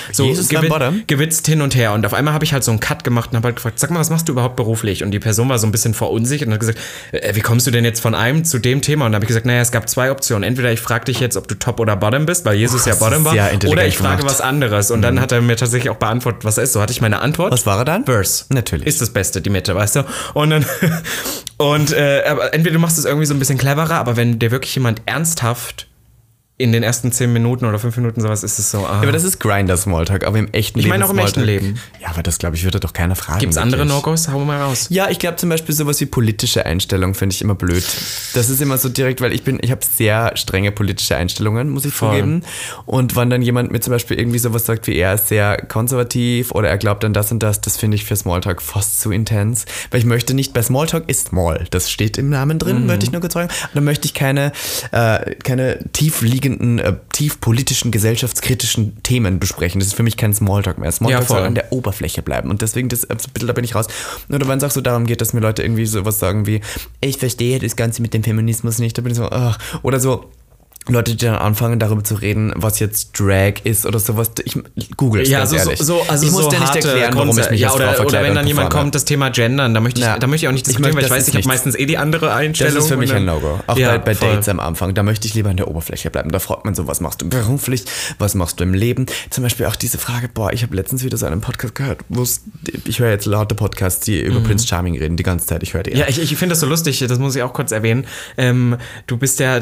gewitzt hin und her. Und auf einmal habe ich halt so einen Cut gemacht und habe halt gefragt, sag mal, was machst du überhaupt beruflich? Und die Person war so ein bisschen verunsichert und hat gesagt, wie kommst du denn jetzt von einem zu dem Thema? Und dann habe ich gesagt, naja, es gab 2 Optionen. Entweder ich frage dich jetzt, ob du Top oder Bottom bist, weil Jesus ja Bottom war, oder ich frage was anderes. Und dann hat er mir tatsächlich auch beantwortet, was er ist. So hatte ich meine Antwort. Was war er dann? Verse. Natürlich. Ist das Beste, die Mitte, weißt du? Und dann aber entweder du machst es irgendwie so ein bisschen cleverer, aber wenn dir wirklich jemand ernsthaft in den ersten 10 Minuten oder 5 Minuten sowas ist es so. Ja, aber das ist Grinder-Smalltalk, aber im echten Leben. Ich meine auch im echten Leben. Ja, aber das, glaube ich, würde doch keiner fragen. Gibt es andere No-Gos? Hau mal raus. Ja, ich glaube zum Beispiel sowas wie politische Einstellung finde ich immer blöd. Das ist immer so direkt, weil ich habe sehr strenge politische Einstellungen, muss ich zugeben. Und wenn dann jemand mir zum Beispiel irgendwie sowas sagt, wie er ist sehr konservativ oder er glaubt an das und das finde ich für Smalltalk fast zu intens. Weil ich möchte nicht, bei Smalltalk ist Small, das steht im Namen drin, möchte ich nur kurz sagen. Und dann möchte ich keine tiefliegenden, tiefpolitischen, gesellschaftskritischen Themen besprechen. Das ist für mich kein Smalltalk mehr. Smalltalk soll an der Oberfläche bleiben. Und deswegen, da bin ich raus. Oder wenn es auch so darum geht, dass mir Leute irgendwie sowas sagen wie, ich verstehe das Ganze mit dem Feminismus nicht, da bin ich so, oder so. Leute, die dann anfangen, darüber zu reden, was jetzt Drag ist oder sowas. Ich google es ganz ehrlich. Also ich muss dir nicht erklären, warum ich mich als Frau verkleide. Oder wenn dann jemand kommt, das Thema Gendern, da möchte ich auch nicht diskutieren, weil ich weiß, ich habe meistens die andere Einstellung. Das ist für mich ein No-Go. Auch bei Dates am Anfang, da möchte ich lieber an der Oberfläche bleiben. Da fragt man so, was machst du beruflich, was machst du im Leben? Zum Beispiel auch diese Frage, ich habe letztens wieder so einen Podcast gehört, ich höre jetzt lauter Podcasts, die über Prince Charming reden, die ganze Zeit, ich höre die. Ja, ich finde das so lustig, das muss ich auch kurz erwähnen. Du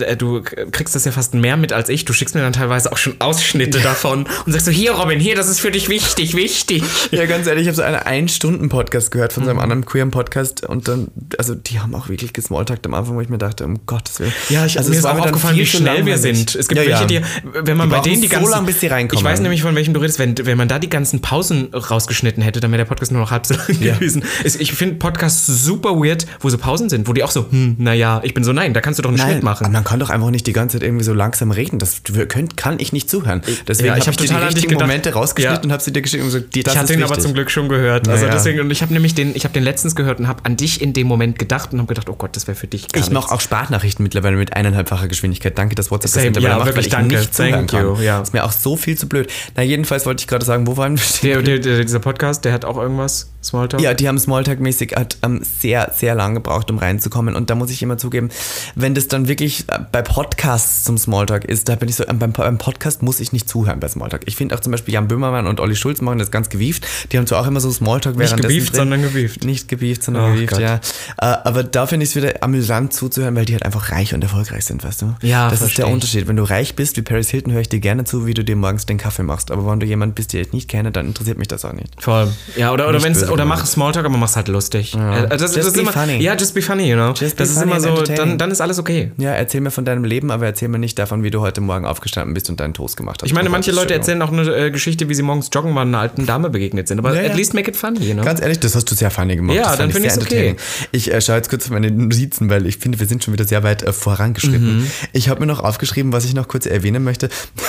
kriegst das ja fast mehr mit als ich. Du schickst mir dann teilweise auch schon Ausschnitte davon und sagst so, hier Robin, hier, das ist für dich wichtig. Ja, ganz ehrlich, ich habe so einen 1-Stunden-Podcast gehört von so einem anderen queeren Podcast und dann, also die haben auch wirklich gesmalltalkt am Anfang, wo ich mir dachte, um Gottes Willen. Ja, mir ist auch aufgefallen, wie schnell wir sind. Es gibt welche, wenn man bei denen die ganzen... so lang, bis sie reinkommen. Ich weiß nämlich, von welchem du redest, wenn man da die ganzen Pausen rausgeschnitten hätte, dann wäre der Podcast nur noch halb so lang gewesen. Ich finde Podcasts super weird, wo so Pausen sind, wo die auch so, naja, ich bin so, nein, da kannst du doch einen Schnitt machen. Man kann doch einfach nicht die ganze Zeit irgendwie so langsam reden. Das kann ich nicht zuhören. Deswegen habe ich total die richtigen Momente rausgeschnitten und habe sie dir geschickt und gesagt, ich hatte ihn aber zum Glück schon gehört. Also deswegen, und ich habe nämlich den letztens gehört und habe an dich in dem Moment gedacht und habe gedacht, oh Gott, das wäre für dich gar nichts. Ich mache auch Sprachnachrichten mittlerweile mit 1,5-facher Geschwindigkeit. Danke, dass WhatsApp das mittlerweile macht, weil ich nicht zuhören kann. Das ist mir auch so viel zu blöd. Na, jedenfalls wollte ich gerade sagen, wo waren wir? Dieser Podcast, der hat auch irgendwas, Smalltalk? Ja, die haben Smalltalk-mäßig sehr, sehr lang gebraucht, um reinzukommen. Und da muss ich immer zugeben, wenn das dann wirklich bei Podcasts zum Smalltalk ist, da bin ich so, beim Podcast muss ich nicht zuhören bei Smalltalk. Ich finde auch zum Beispiel Jan Böhmermann und Olli Schulz machen das ganz gewieft. Die haben zwar auch immer so Smalltalk währenddessen. Nicht gewieft, sondern gewieft. Nicht gewieft, sondern gewieft, ja. Aber da finde ich es wieder amüsant zuzuhören, weil die halt einfach reich und erfolgreich sind, weißt du? Ja, das ist der Unterschied. Wenn du reich bist, wie Paris Hilton, höre ich dir gerne zu, wie du dir morgens den Kaffee machst. Aber wenn du jemand bist, den ich nicht kenne, dann interessiert mich das auch nicht. Voll. Ja, oder mach Smalltalk, aber mach's halt lustig. Ja. Das ist immer funny. Ja, just be funny, you know. Das ist immer so, dann ist alles okay. Ja, erzähl mir von deinem Leben, aber erzähl mir nicht davon, wie du heute Morgen aufgestanden bist und deinen Toast gemacht hast. Ich meine, manche Leute erzählen auch eine Geschichte, wie sie morgens joggen waren, einer alten Dame begegnet sind. Aber at least make it funny, you know? Ganz ehrlich, das hast du sehr funny gemacht. Ja, dann finde ich es okay. Ich schaue jetzt kurz auf meine Notizen, weil ich finde, wir sind schon wieder sehr weit vorangeschritten. Ich habe mir noch aufgeschrieben, was ich noch kurz erwähnen möchte.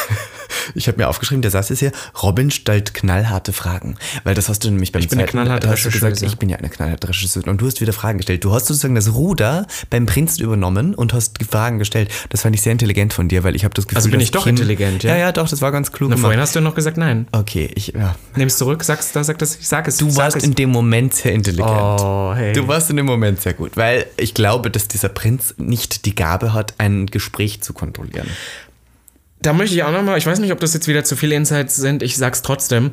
Ich habe mir aufgeschrieben, der Satz ist hier, Robin stellt knallharte Fragen. Weil das hast du nämlich beim Ich bin eine knallharte Rechercheuse. Ich bin ja eine knallharte Rechercheuse. Und du hast wieder Fragen gestellt. Du hast sozusagen das Ruder beim Prinzen übernommen und hast Fragen gestellt. Das fand ich sehr intelligent von dir, weil ich habe das Gefühl, also bin ich doch intelligent, ja? Ja, doch, das war ganz klug. Vorhin hast du noch gesagt nein. Okay, Nimm's zurück, sag es. Du warst in dem Moment sehr intelligent. Oh, hey. Du warst in dem Moment sehr gut, weil ich glaube, dass dieser Prinz nicht die Gabe hat, ein Gespräch zu kontrollieren. Da möchte ich auch nochmal, ich weiß nicht, ob das jetzt wieder zu viele Insights sind, ich sag's trotzdem,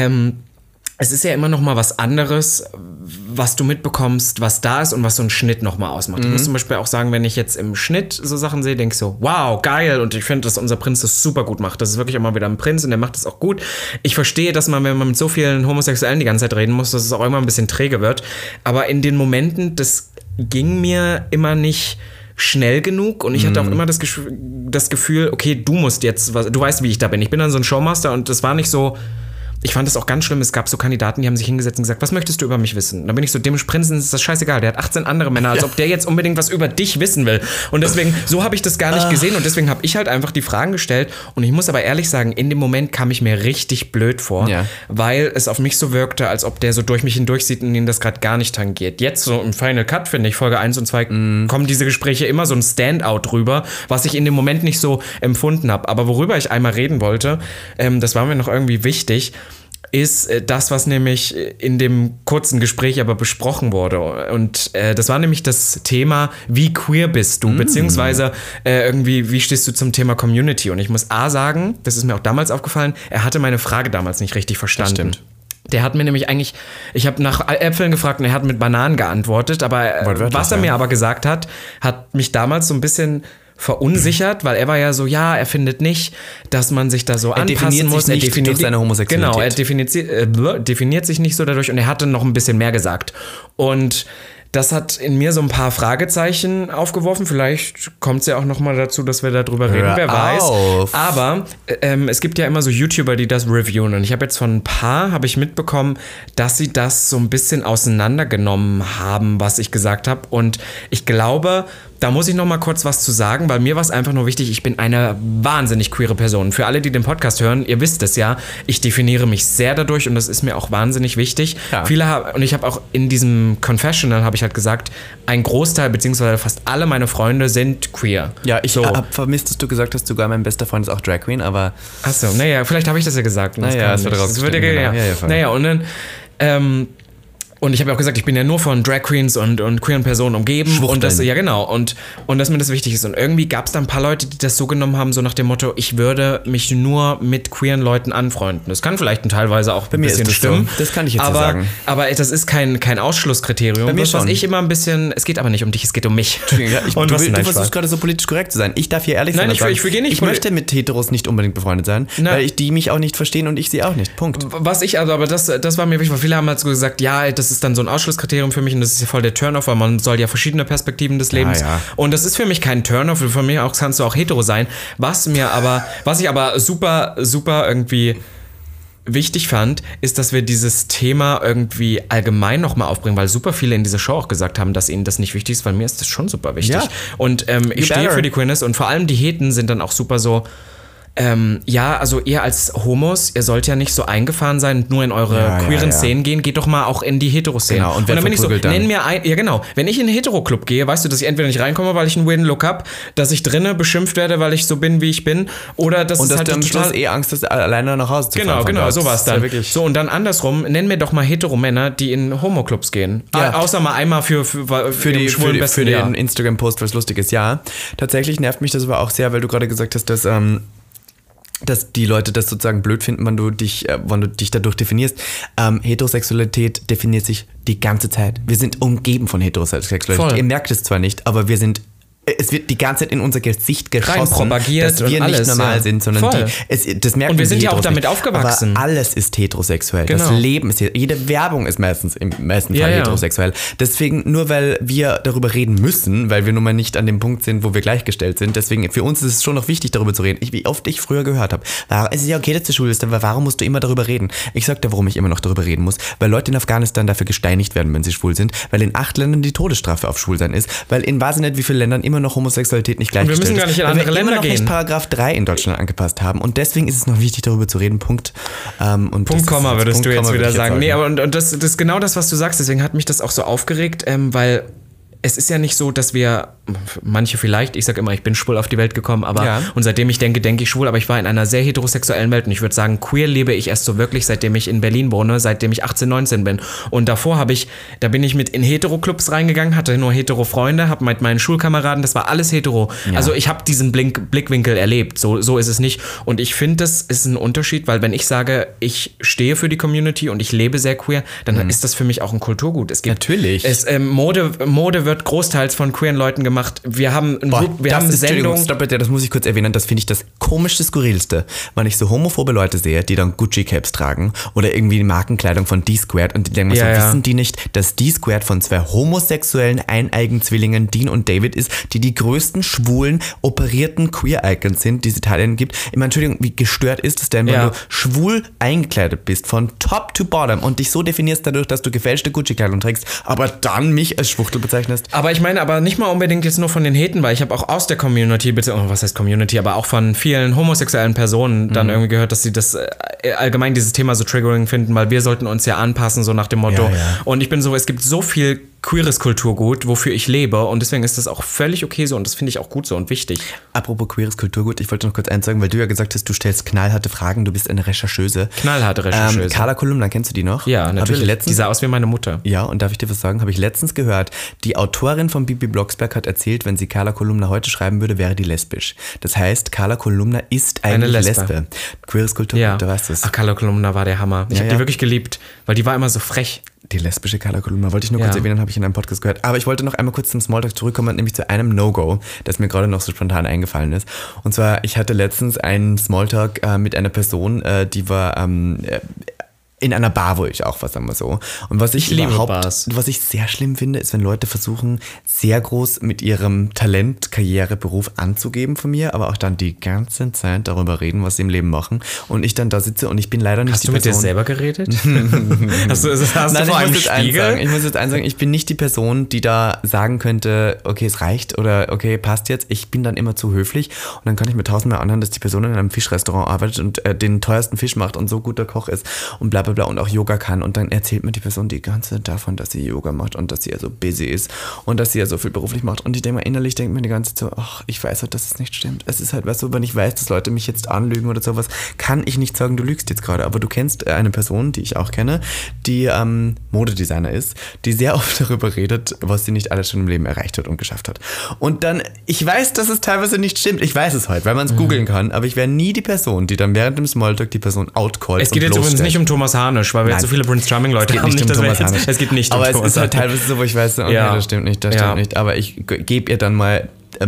es ist ja immer noch mal was anderes, was du mitbekommst, was da ist und was so ein Schnitt noch mal ausmacht. Ich muss zum Beispiel auch sagen, wenn ich jetzt im Schnitt so Sachen sehe, denke ich so, wow, geil. Und ich finde, dass unser Prinz das super gut macht. Das ist wirklich immer wieder ein Prinz und der macht das auch gut. Ich verstehe, dass man, wenn man mit so vielen Homosexuellen die ganze Zeit reden muss, dass es auch immer ein bisschen träge wird. Aber in den Momenten, das ging mir immer nicht schnell genug und ich hatte auch immer das Gefühl, okay, du musst jetzt, du weißt, wie ich da bin. Ich bin dann so ein Showmaster und das war nicht so. Ich fand das auch ganz schlimm. Es gab so Kandidaten, die haben sich hingesetzt und gesagt, was möchtest du über mich wissen? Und dann bin ich so, dem Prinzen ist das scheißegal. Der hat 18 andere Männer, als ob der jetzt unbedingt was über dich wissen will. Und deswegen, so habe ich das gar nicht gesehen. Und deswegen habe ich halt einfach die Fragen gestellt. Und ich muss aber ehrlich sagen, in dem Moment kam ich mir richtig blöd vor, weil es auf mich so wirkte, als ob der so durch mich hindurch sieht und ihn das gerade gar nicht tangiert. Jetzt so im Final Cut, finde ich, Folge 1 und 2, kommen diese Gespräche immer so ein Standout rüber, was ich in dem Moment nicht so empfunden habe. Aber worüber ich einmal reden wollte, das war mir noch irgendwie wichtig, ist das, was nämlich in dem kurzen Gespräch aber besprochen wurde. Und das war nämlich das Thema, wie queer bist du? Beziehungsweise irgendwie, wie stehst du zum Thema Community? Und ich muss sagen, das ist mir auch damals aufgefallen, er hatte meine Frage damals nicht richtig verstanden. Das stimmt. Der hat mir nämlich eigentlich, ich habe nach Äpfeln gefragt und er hat mit Bananen geantwortet, aber was er mir aber gesagt hat, hat mich damals so ein bisschen verunsichert, weil er war ja so, ja, er findet nicht, dass man sich da so anpassen muss. Er definiert sich seine Homosexualität. Genau, er definiert sich nicht so dadurch und er hatte noch ein bisschen mehr gesagt. Und das hat in mir so ein paar Fragezeichen aufgeworfen. Vielleicht kommt es ja auch noch mal dazu, dass wir darüber reden, wer weiß. Aber es gibt ja immer so YouTuber, die das reviewen. Und ich habe jetzt von ein paar, habe ich mitbekommen, dass sie das so ein bisschen auseinandergenommen haben, was ich gesagt habe. Und ich glaube, da muss ich noch mal kurz was zu sagen, weil mir war es einfach nur wichtig, ich bin eine wahnsinnig queere Person. Für alle, die den Podcast hören, ihr wisst es ja, ich definiere mich sehr dadurch und das ist mir auch wahnsinnig wichtig. Ja. Und ich habe auch in diesem Confessional, habe ich halt gesagt, ein Großteil, beziehungsweise fast alle meine Freunde sind queer. Ja, ich habe vermisst, dass du gesagt hast, sogar mein bester Freund ist auch Drag Queen, aber... Achso, naja, vielleicht habe ich das ja gesagt. Naja, das wird rausgestellt. Naja, und dann... Und ich habe ja auch gesagt, ich bin ja nur von Drag Queens und queeren Personen umgeben. Und das, ja genau, und dass mir das wichtig ist. Und irgendwie gab es da ein paar Leute, die das so genommen haben, so nach dem Motto, ich würde mich nur mit queeren Leuten anfreunden. Das kann vielleicht teilweise auch ein bisschen stimmen. So. Das kann ich jetzt sagen. Aber das ist kein Ausschlusskriterium. Bei mir schon. Was ich immer ein bisschen, es geht aber nicht um dich, es geht um mich. Ja, du versuchst gerade so politisch korrekt zu sein. Ich darf hier ehrlich sein. Nein, ich möchte mit Heteros nicht unbedingt befreundet sein, weil die mich auch nicht verstehen und ich sie auch nicht. Punkt. Aber das war mir wichtig, weil viele haben halt so gesagt, ja, das ist dann so ein Ausschlusskriterium für mich und das ist ja voll der Turn-off, weil man soll ja verschiedene Perspektiven des Lebens. Ja. Und das ist für mich kein Turn-off, für mich auch kannst du auch hetero sein. Was ich aber super, super irgendwie wichtig fand, ist, dass wir dieses Thema irgendwie allgemein nochmal aufbringen, weil super viele in dieser Show auch gesagt haben, dass ihnen das nicht wichtig ist, weil mir ist das schon super wichtig. Ja. Und ich stehe für die Queerness und vor allem die Heten sind dann auch super so, also ihr als Homos, ihr sollt ja nicht so eingefahren sein und nur in eure queeren Szenen gehen, geht doch mal auch in die Hetero-Szenen. Genau, und dann bin ich so, nenn mir wenn ich in einen Hetero-Club gehe, weißt du, dass ich entweder nicht reinkomme, weil ich einen weirden Look habe, dass ich drinnen beschimpft werde, weil ich so bin, wie ich bin, oder dass es halt du am Schluss Angst hast, alleine nach Hause zu fahren. Genau, sowas dann. Ja so, und dann andersrum, nenn mir doch mal Hetero-Männer, die in Homo-Clubs gehen. Ja. Außer mal einmal für den Instagram-Post, was lustig ist. Ja, tatsächlich nervt mich das aber auch sehr, weil du gerade gesagt hast, dass die Leute das sozusagen blöd finden, wenn du dich dadurch definierst. Heterosexualität definiert sich die ganze Zeit. Wir sind umgeben von Heterosexualität. Voll. Ihr merkt es zwar nicht, aber es wird die ganze Zeit in unser Gesicht geschossen, propagiert, dass wir nicht normal sind, sondern das merken wir. Und wir sind ja auch damit aufgewachsen. Aber alles ist heterosexuell. Genau. Das Leben ist jede Werbung ist meistens im meisten Fall heterosexuell. Deswegen, nur weil wir darüber reden müssen, weil wir nun mal nicht an dem Punkt sind, wo wir gleichgestellt sind, deswegen für uns ist es schon noch wichtig, darüber zu reden. Wie oft ich früher gehört habe, es ist ja okay, dass du schwul bist, aber warum musst du immer darüber reden? Ich sag dir, warum ich immer noch darüber reden muss, weil Leute in Afghanistan dafür gesteinigt werden, wenn sie schwul sind, weil in 8 Ländern die Todesstrafe auf Schwulsein ist, weil in weiß ich nicht wie vielen Ländern immer noch Homosexualität nicht gleichgestellt ist. Wir müssen gar nicht in andere Länder gehen. Wir immer noch nicht Paragraph 3 in Deutschland angepasst haben und deswegen ist es noch wichtig, darüber zu reden. Punkt. Punkt, Komma würdest du jetzt wieder sagen. Nee, aber und das ist genau das, was du sagst, deswegen hat mich das auch so aufgeregt, weil es ist ja nicht so, dass wir, manche vielleicht, ich sag immer, ich bin schwul auf die Welt gekommen, aber und seitdem ich denke ich schwul, aber ich war in einer sehr heterosexuellen Welt und ich würde sagen, queer lebe ich erst so wirklich, seitdem ich in Berlin wohne, seitdem ich 18, 19 bin. Und davor bin ich mit in Hetero-Clubs reingegangen, hatte nur Hetero-Freunde, habe mit meinen Schulkameraden, das war alles hetero. Ja. Also ich habe diesen Blickwinkel erlebt, so ist es nicht. Und ich finde, das ist ein Unterschied, weil wenn ich sage, ich stehe für die Community und ich lebe sehr queer, dann ist das für mich auch ein Kulturgut. Natürlich. Mode wird großteils von queeren Leuten gemacht. Wir haben Sendungen. Stopp bitte, das muss ich kurz erwähnen. Das finde ich das komischste, skurrilste, wenn ich so homophobe Leute sehe, die dann Gucci-Caps tragen oder irgendwie die Markenkleidung von D-Squared und die denken wissen die nicht, dass D-Squared von 2 homosexuellen Eineigen-Zwillingen, Dean und David, ist, die größten schwulen, operierten Queer-Icons sind, die es in Italien gibt. Ich meine, Entschuldigung, wie gestört ist es denn, wenn du schwul eingekleidet bist, von top to bottom und dich so definierst dadurch, dass du gefälschte Gucci-Kleidung trägst, aber dann mich als Schwuchtel bezeichnest. Aber ich meine aber nicht mal unbedingt jetzt nur von den Heten, weil ich habe auch aus der Community, was heißt Community, aber auch von vielen homosexuellen Personen dann irgendwie gehört, dass sie das allgemein dieses Thema so triggering finden, weil wir sollten uns ja anpassen, so nach dem Motto. Ja. Und ich bin so, es gibt so viel queeres Kulturgut, wofür ich lebe und deswegen ist das auch völlig okay so und das finde ich auch gut so und wichtig. Apropos queeres Kulturgut, ich wollte noch kurz eins sagen, weil du ja gesagt hast, du stellst knallharte Fragen, du bist eine Rechercheuse. Knallharte Rechercheuse. Carla Kolumna, kennst du die noch? Ja, natürlich. Die sah aus wie meine Mutter. Ja, und darf ich dir was sagen? Habe ich letztens gehört, die Autorin von Bibi Blocksberg hat erzählt, wenn sie Carla Kolumna heute schreiben würde, wäre die lesbisch. Das heißt, Carla Kolumna ist eigentlich eine Lesbe. Queeres Kulturgut, du weißt es. Ach, Carla Kolumna war der Hammer. Ich habe die wirklich geliebt, weil die war immer so frech. Die lesbische Carla Kolumna wollte ich nur kurz erwähnen, habe ich in einem Podcast gehört. Aber ich wollte noch einmal kurz zum Smalltalk zurückkommen, nämlich zu einem No-Go, das mir gerade noch so spontan eingefallen ist. Und zwar, ich hatte letztens einen Smalltalk mit einer Person, die war in einer Bar, wo ich auch war, sagen wir so. Und was ich was ich sehr schlimm finde, ist, wenn Leute versuchen, sehr groß mit ihrem Talent, Karriere, Beruf anzugeben von mir, aber auch dann die ganze Zeit darüber reden, was sie im Leben machen. Und ich dann da sitze und ich bin leider nicht die Person. Hast du mit dir selber geredet? hast du vor einem Spiegel? Ich muss jetzt eins sagen, ich bin nicht die Person, die da sagen könnte, okay, es reicht oder okay, passt jetzt. Ich bin dann immer zu höflich und dann kann ich mir tausendmal anhören, dass die Person in einem Fischrestaurant arbeitet und den teuersten Fisch macht und so guter Koch ist und bla bla bla und auch Yoga kann und dann erzählt mir die Person die ganze Zeit davon, dass sie Yoga macht und dass sie ja so busy ist und dass sie ja so viel beruflich macht und ich denke mal innerlich, denke mir die ganze Zeit so, ach, ich weiß halt, dass es nicht stimmt. Es ist halt, weißt du, wenn ich weiß, dass Leute mich jetzt anlügen oder sowas, kann ich nicht sagen, du lügst jetzt gerade, aber du kennst eine Person, die ich auch kenne, die Modedesigner ist, die sehr oft darüber redet, was sie nicht alles schon im Leben erreicht hat und geschafft hat. Und dann, ich weiß, dass es teilweise nicht stimmt, ich weiß es halt, weil man es googeln kann, aber ich wäre nie die Person, die dann während dem Smalltalk die Person outcallt. Es geht jetzt übrigens nicht um Thomas Hanisch, weil wir jetzt so viele Prince Charming-Leute haben. Es geht nicht um Thomas Hanisch. Aber es ist halt teilweise so, wo ich weiß, okay, das stimmt nicht, aber ich gebe ihr dann mal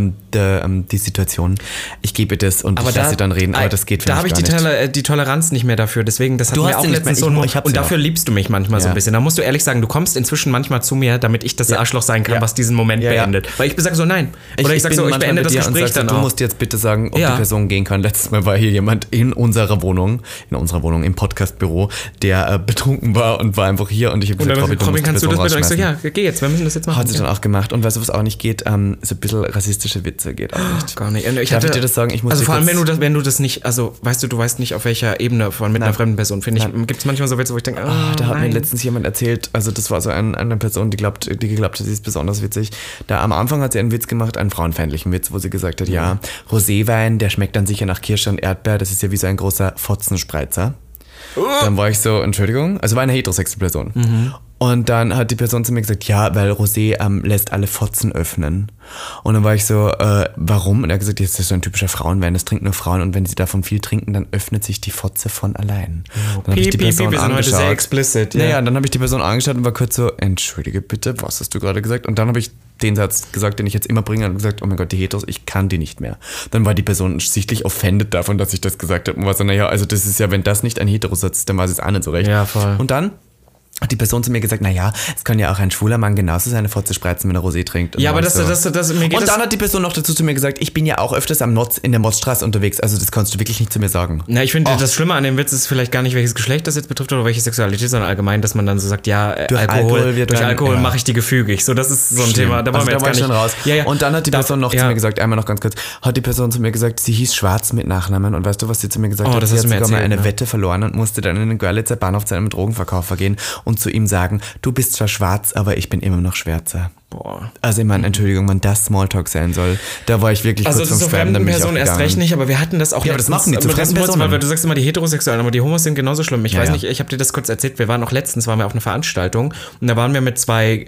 die Situation, ich gebe das und ich lasse sie dann reden, aber das geht für mich gar nicht. Da habe ich die Toleranz nicht mehr dafür, deswegen, das hatten wir auch letztens so und dafür liebst du mich manchmal so ein bisschen. Da musst du ehrlich sagen, du kommst inzwischen manchmal zu mir, damit ich das Arschloch sein kann, was diesen Moment beendet. Weil ich sage so, nein. Oder ich sage so, ich beende das Gespräch dann auch. Du musst jetzt bitte sagen, ob die Person gehen kann. Letztes Mal war hier jemand in unserer Wohnung, im Podcastbüro, der betrunken war und war einfach hier und ich habe gesagt, Robin, kannst du das bitte? Und ich so, ja, geh jetzt, wir müssen das jetzt machen. Hat sie dann auch gemacht und weißt du, was auch nicht geht? So ein bisschen rassistische Witze geht auch nicht. Gar nicht. Darf ich dir das sagen? Ich muss also vor allem, wenn du das nicht, also weißt du weißt nicht, auf welcher Ebene mit einer fremden Person, finde ich, gibt es manchmal so Witze, wo ich denke, da hat mir letztens jemand erzählt, also das war so eine Person, die geglaubt hat, sie ist besonders witzig. Da am Anfang hat sie einen Witz gemacht, einen frauenfeindlichen Witz, wo sie gesagt hat, ja, Roséwein, der schmeckt dann sicher nach Kirsche und Erdbeer, das ist ja wie so ein großer Fotzenspreizer. Dann war ich so, Entschuldigung, also war eine heterosexuelle Person. Und dann hat die Person zu mir gesagt, ja, weil Rosé lässt alle Fotzen öffnen. Und dann war ich so, warum? Und er hat gesagt, das ist so ein typischer Frauenwein, das trinken nur Frauen und wenn sie davon viel trinken, dann öffnet sich die Fotze von allein. Dann habe ich die Person wir sind heute sehr explicit. Ja. Naja, dann habe ich die Person angeschaut und war kurz so, entschuldige bitte, was hast du gerade gesagt? Und dann habe ich den Satz gesagt, den ich jetzt immer bringe und gesagt, oh mein Gott, die Heteros, ich kann die nicht mehr. Dann war die Person sichtlich offended davon, dass ich das gesagt habe und war so, naja, also das ist ja, wenn das nicht ein Heterosatz ist, dann war es auch nicht so recht. Ja, voll. Und dann hat die Person zu mir gesagt, naja, es kann ja auch ein schwuler Mann genauso seine Fotze spreizen, wenn er Rosé trinkt. Ja, aber mir geht und dann hat die Person noch dazu zu mir gesagt, ich bin ja auch öfters in der Motzstraße unterwegs, also das kannst du wirklich nicht zu mir sagen. Na, ich finde, das Schlimme an dem Witz ist vielleicht gar nicht, welches Geschlecht das jetzt betrifft oder welche Sexualität, sondern allgemein, dass man dann so sagt, ja, durch Alkohol mache ich die gefügig. So, das ist so ein Thema, da wollen wir jetzt gar nicht raus. Ja. Und dann hat die Person noch zu mir gesagt, einmal noch ganz kurz, hat die Person zu mir gesagt, sie hieß Schwarz mit Nachnamen und weißt du, was sie zu mir gesagt hat? Sie hat sogar mal eine Wette verloren und musste dann in den Görlitzer Bahnhof zu einem Drogenverkäufer gehen und zu ihm sagen, du bist zwar schwarz, aber ich bin immer noch schwärzer. Boah. Also ich meine, Entschuldigung, wenn das Smalltalk sein soll, da war ich wirklich kurz vom Schwärmen. Also das ist so erst recht nicht, aber wir hatten das auch. Ja, aber das machen die zu fremden Personen. Weil du sagst immer die Heterosexuellen, aber die Homos sind genauso schlimm. Ich weiß nicht, ich habe dir das kurz erzählt, letztens waren wir auf einer Veranstaltung und da waren wir mit zwei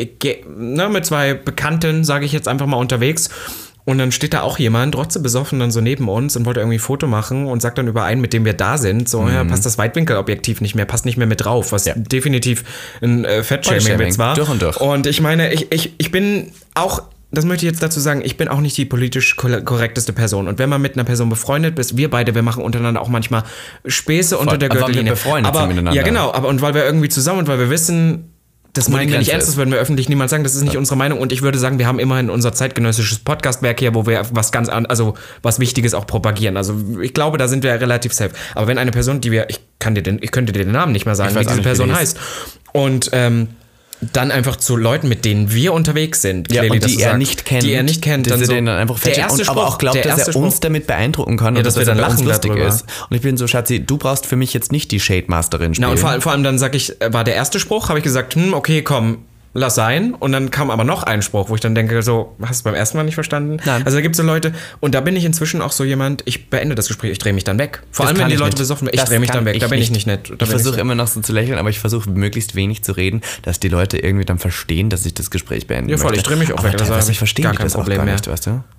Bekannten, sage ich jetzt einfach mal, unterwegs. Und dann steht da auch jemand, trotzdem besoffen, dann so neben uns und wollte irgendwie ein Foto machen und sagt dann über einen, mit dem wir da sind, so, ja, passt das Weitwinkelobjektiv nicht mehr, passt nicht mehr mit drauf, was definitiv ein Fettshaming-Witz war. Durch und durch. Und ich meine, ich bin auch, das möchte ich jetzt dazu sagen, ich bin auch nicht die politisch korrekteste Person. Und wenn man mit einer Person befreundet ist, wir machen untereinander auch manchmal Späße unter der Gürtellinie. Aber wir befreundet sind miteinander. Ja, genau, und weil wir irgendwie zusammen und weil wir wissen, das meinen wir nicht ernst, das würden wir öffentlich niemals sagen, das ist nicht unsere Meinung und ich würde sagen, wir haben immerhin unser zeitgenössisches Podcastwerk hier, wo wir was Wichtiges auch propagieren. Also ich glaube, da sind wir relativ safe. Aber wenn eine Person, ich könnte dir den Namen nicht mehr sagen, wie diese Person heißt und dann einfach zu Leuten, mit denen wir unterwegs sind, und die er nicht kennt, dann so den dann einfach und aber auch glaubt, dass er uns damit beeindrucken kann und dass wir dann lachen lustig darüber. ist. Und ich bin so, Schatzi, du brauchst für mich jetzt nicht die Shade Masterin spielen. Na und vor allem dann sag ich, war der erste Spruch, habe ich gesagt, okay, komm, lass sein. Und dann kam aber noch ein Spruch, wo ich dann denke, so, hast du es beim ersten Mal nicht verstanden? Nein. Also da gibt es so Leute, und da bin ich inzwischen auch so jemand, ich beende das Gespräch, ich drehe mich dann weg. Vor allem, wenn die Leute besoffen sind, ich drehe mich dann weg, da bin ich nicht nett. Ich versuche immer noch so zu lächeln, aber ich versuche möglichst wenig zu reden, dass die Leute irgendwie dann verstehen, dass ich das Gespräch beenden möchte. Ja voll, ich drehe mich auch weg. Ich verstehe gar kein Problem mehr. Weißt du?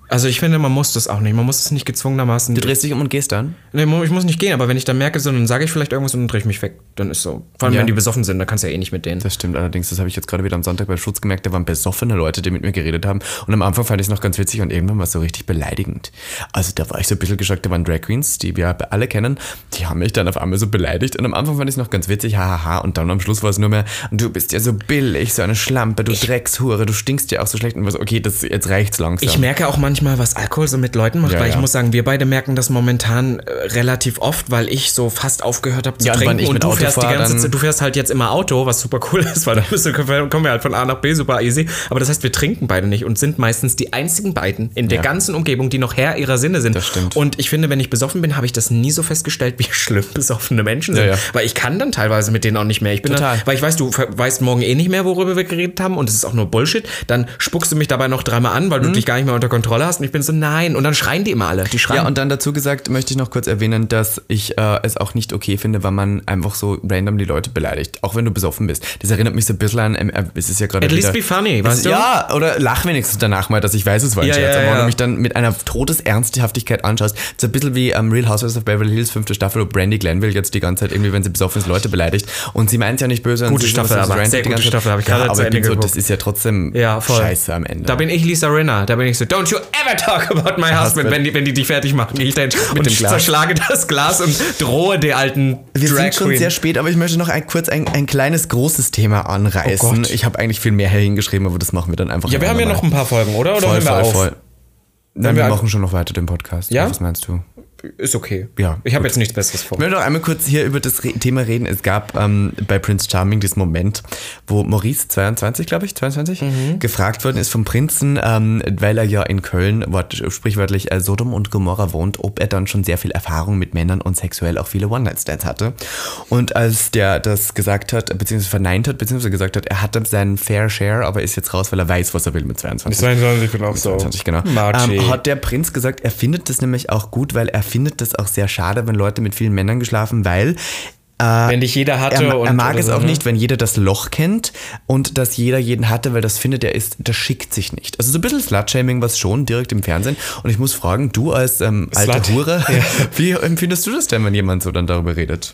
Also ich finde, man muss das auch nicht. Man muss es nicht gezwungenermaßen... Du drehst dich um und gehst dann? Nee, ich muss nicht gehen, aber wenn ich dann merke, so, dann sage ich vielleicht irgendwas und dann drehe ich mich weg. Dann ist so. Vor allem, wenn die besoffen sind, dann kannst du ja eh nicht mit denen. Das stimmt allerdings, das habe ich jetzt gerade wieder am Sonntag beim Schutz gemerkt, da waren besoffene Leute, die mit mir geredet haben und am Anfang fand ich es noch ganz witzig und irgendwann war es so richtig beleidigend. Also da war ich so ein bisschen geschockt, da waren Drag Queens, die wir alle kennen, die haben mich dann auf einmal so beleidigt und am Anfang fand ich es noch ganz witzig, hahaha, und dann am Schluss war es nur mehr, du bist ja so billig, so eine Schlampe, du Dreckshure, du stinkst ja auch so schlecht und was, okay, jetzt reicht's langsam. Ich merke auch manchmal, was Alkohol so mit Leuten macht, weil ich muss sagen, wir beide merken das momentan relativ oft, weil ich so fast aufgehört habe zu trinken und du fährst halt jetzt immer Auto, was super cool ist, weil dann kommen wir halt von A nach B super easy, aber das heißt, wir trinken beide nicht und sind meistens die einzigen beiden in der ganzen Umgebung, die noch Herr ihrer Sinne sind. Das stimmt. Und ich finde, wenn ich besoffen bin, habe ich das nie so festgestellt, wie schlimm besoffene Menschen sind, weil ich kann dann teilweise mit denen auch nicht mehr. Ich bin dann, weil ich weiß, du weißt morgen eh nicht mehr, worüber wir geredet haben und es ist auch nur Bullshit, dann spuckst du mich dabei noch dreimal an, weil du dich gar nicht mehr unter Kontrolle hast und ich bin so, nein, und dann schreien die immer alle, die schreien. Ja, und dann dazu gesagt, möchte ich noch kurz erwähnen, dass ich es auch nicht okay finde, wenn man einfach so random die Leute beleidigt, auch wenn du besoffen bist. Das erinnert mich so ein bisschen an, es ist ja gerade At least be funny, weißt du? Ja, oder lach wenigstens danach mal, dass ich weiß, es war ein Scherz, aber wenn du mich dann mit einer Todesernsthaftigkeit anschaust, so ein bisschen wie Real Housewives of Beverly Hills 5. Staffel, wo Brandy Glanville jetzt die ganze Zeit irgendwie, wenn sie besoffen ist, Leute beleidigt und sie meint ja nicht böse. Gute Staffel, aber sehr gute Staffel, habe ich gerade zu Ende geguckt. Das ist ja trotzdem scheiße am Ende. Da bin ich Lisa Rinna, da bin ich so, don't you ever talk about my husband, wenn die dich fertig machen. Ich dann mit dem zerschlage das Glas und drohe der alten Wir Drag sind schon Queen. sehr spät, aber ich möchte noch kurz ein kleines, großes Thema anreißen. Ich habe eigentlich viel mehr hingeschrieben, aber das machen wir dann einfach. Ja, wir haben ja noch ein paar Folgen, oder? Oder voll. Nein, wir machen schon noch weiter den Podcast. Ja? Was meinst du? Ist okay. Ja, ich habe jetzt nichts Besseres vor. Ich möchte noch einmal kurz hier über das Thema reden. Es gab bei Prince Charming diesen Moment, wo Maurice 22, gefragt worden ist vom Prinzen, weil er ja in Köln sprichwörtlich Sodom und Gomorra wohnt, ob er dann schon sehr viel Erfahrung mit Männern und sexuell auch viele One-Night-Stands hatte. Und als der das gesagt hat, beziehungsweise verneint hat, beziehungsweise gesagt hat, er hatte seinen Fair Share, aber ist jetzt raus, weil er weiß, was er will mit 22. 22, genau. 22, genau. Hat der Prinz gesagt, er findet das nämlich auch gut, weil er findet das auch sehr schade, wenn Leute mit vielen Männern geschlafen, weil wenn dich jeder hatte. Er mag es auch nicht, wenn jeder das Loch kennt und dass jeder jeden hatte, weil das findet er das schickt sich nicht. Also so ein bisschen Slut-Shaming was schon direkt im Fernsehen. Und ich muss fragen, du als alte Hure, wie empfindest du das denn, wenn jemand so dann darüber redet?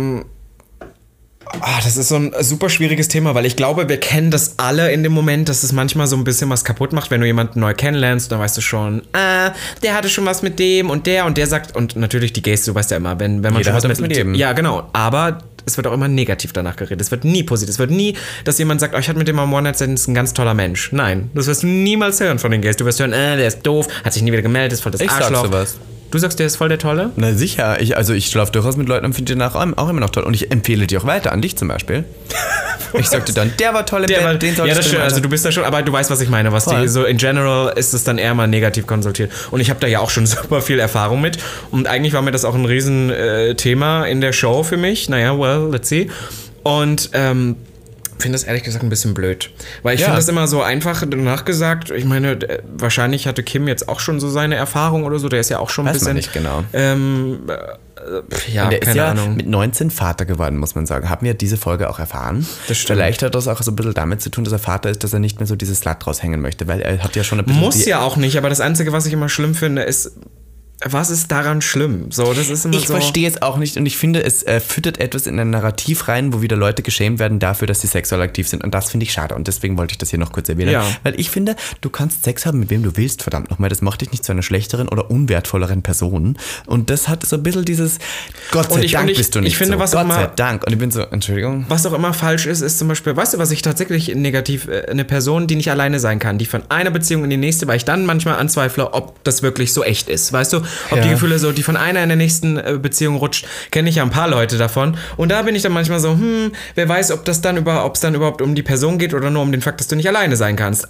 Das ist so ein super schwieriges Thema, weil ich glaube, wir kennen das alle in dem Moment, dass es manchmal so ein bisschen was kaputt macht, wenn du jemanden neu kennenlernst, dann weißt du schon, der hatte schon was mit dem und der sagt, und natürlich die Geste, du weißt ja immer, wenn man jeder schon was mit dem. Ja, genau, aber es wird auch immer negativ danach geredet. Es wird nie positiv. Es wird nie, dass jemand sagt, ich hatte mit dem am One-Night-Stand, ist ein ganz toller Mensch. Nein, das wirst du niemals hören von den Gays. Du wirst hören, der ist doof, hat sich nie wieder gemeldet, ist voll das Arschloch. Sag sowas. Du sagst, der ist voll der Tolle? Na sicher, ich schlafe durchaus mit Leuten und finde den auch immer noch toll. Und ich empfehle dir auch weiter, an dich zum Beispiel. Ich sagte dann, der war toll im Bett, den solltest das stimmt, also du bist da schon, aber du weißt, was ich meine. So in general ist es dann eher mal negativ konsultiert. Und ich habe da ja auch schon super viel Erfahrung mit. Und eigentlich war mir das auch ein riesen Thema in der Show für mich. Naja, well, let's see. Und finde das ehrlich gesagt ein bisschen blöd. Weil ich finde das immer so einfach nachgesagt. Ich meine, wahrscheinlich hatte Kim jetzt auch schon so seine Erfahrung oder so. Der ist ja auch schon ein bisschen... Weiß man nicht genau. Der ist ja mit 19 Vater geworden, muss man sagen. Haben wir diese Folge auch erfahren. Das stimmt. Vielleicht hat das auch so ein bisschen damit zu tun, dass er Vater ist, dass er nicht mehr so dieses Slut raushängen möchte. Weil er hat ja schon ein bisschen... Muss ja auch nicht, aber das Einzige, was ich immer schlimm finde, ist... Was ist daran schlimm? So, das ist immer ich verstehe es auch nicht und ich finde, es füttert etwas in ein Narrativ rein, wo wieder Leute geschämt werden dafür, dass sie sexuell aktiv sind und das finde ich schade und deswegen wollte ich das hier noch kurz erwähnen. Ja. Weil ich finde, du kannst Sex haben, mit wem du willst, verdammt nochmal, das macht dich nicht zu einer schlechteren oder unwertvolleren Person und das hat so ein bisschen dieses Gott sei Dank bist du nicht ich finde, so. was Gott immer, sei Dank und ich bin so, Entschuldigung. Was auch immer falsch ist zum Beispiel, weißt du, was ich tatsächlich negativ, eine Person, die nicht alleine sein kann, die von einer Beziehung in die nächste, weil ich dann manchmal anzweifle, ob das wirklich so echt ist, weißt du, ob die Gefühle so, die von einer in der nächsten Beziehung rutscht, kenne ich ja ein paar Leute davon. Und da bin ich dann manchmal so, wer weiß, ob es dann überhaupt um die Person geht oder nur um den Fakt, dass du nicht alleine sein kannst.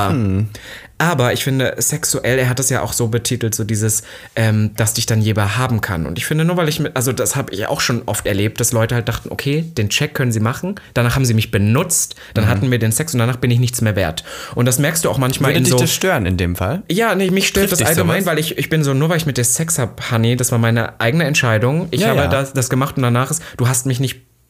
Aber ich finde, sexuell, er hat das ja auch so betitelt, so dieses, dass dich dann jeder haben kann. Und ich finde, nur weil das habe ich auch schon oft erlebt, dass Leute halt dachten, okay, den Check können sie machen, danach haben sie mich benutzt, dann hatten wir den Sex und danach bin ich nichts mehr wert. Und das merkst du auch manchmal Würde dich das stören in dem Fall? Ja, nee, mich stört das allgemein, weil ich bin so, nur weil ich mit dir Sex habe, Honey, das war meine eigene Entscheidung. Ich habe das gemacht und danach du hast mich nicht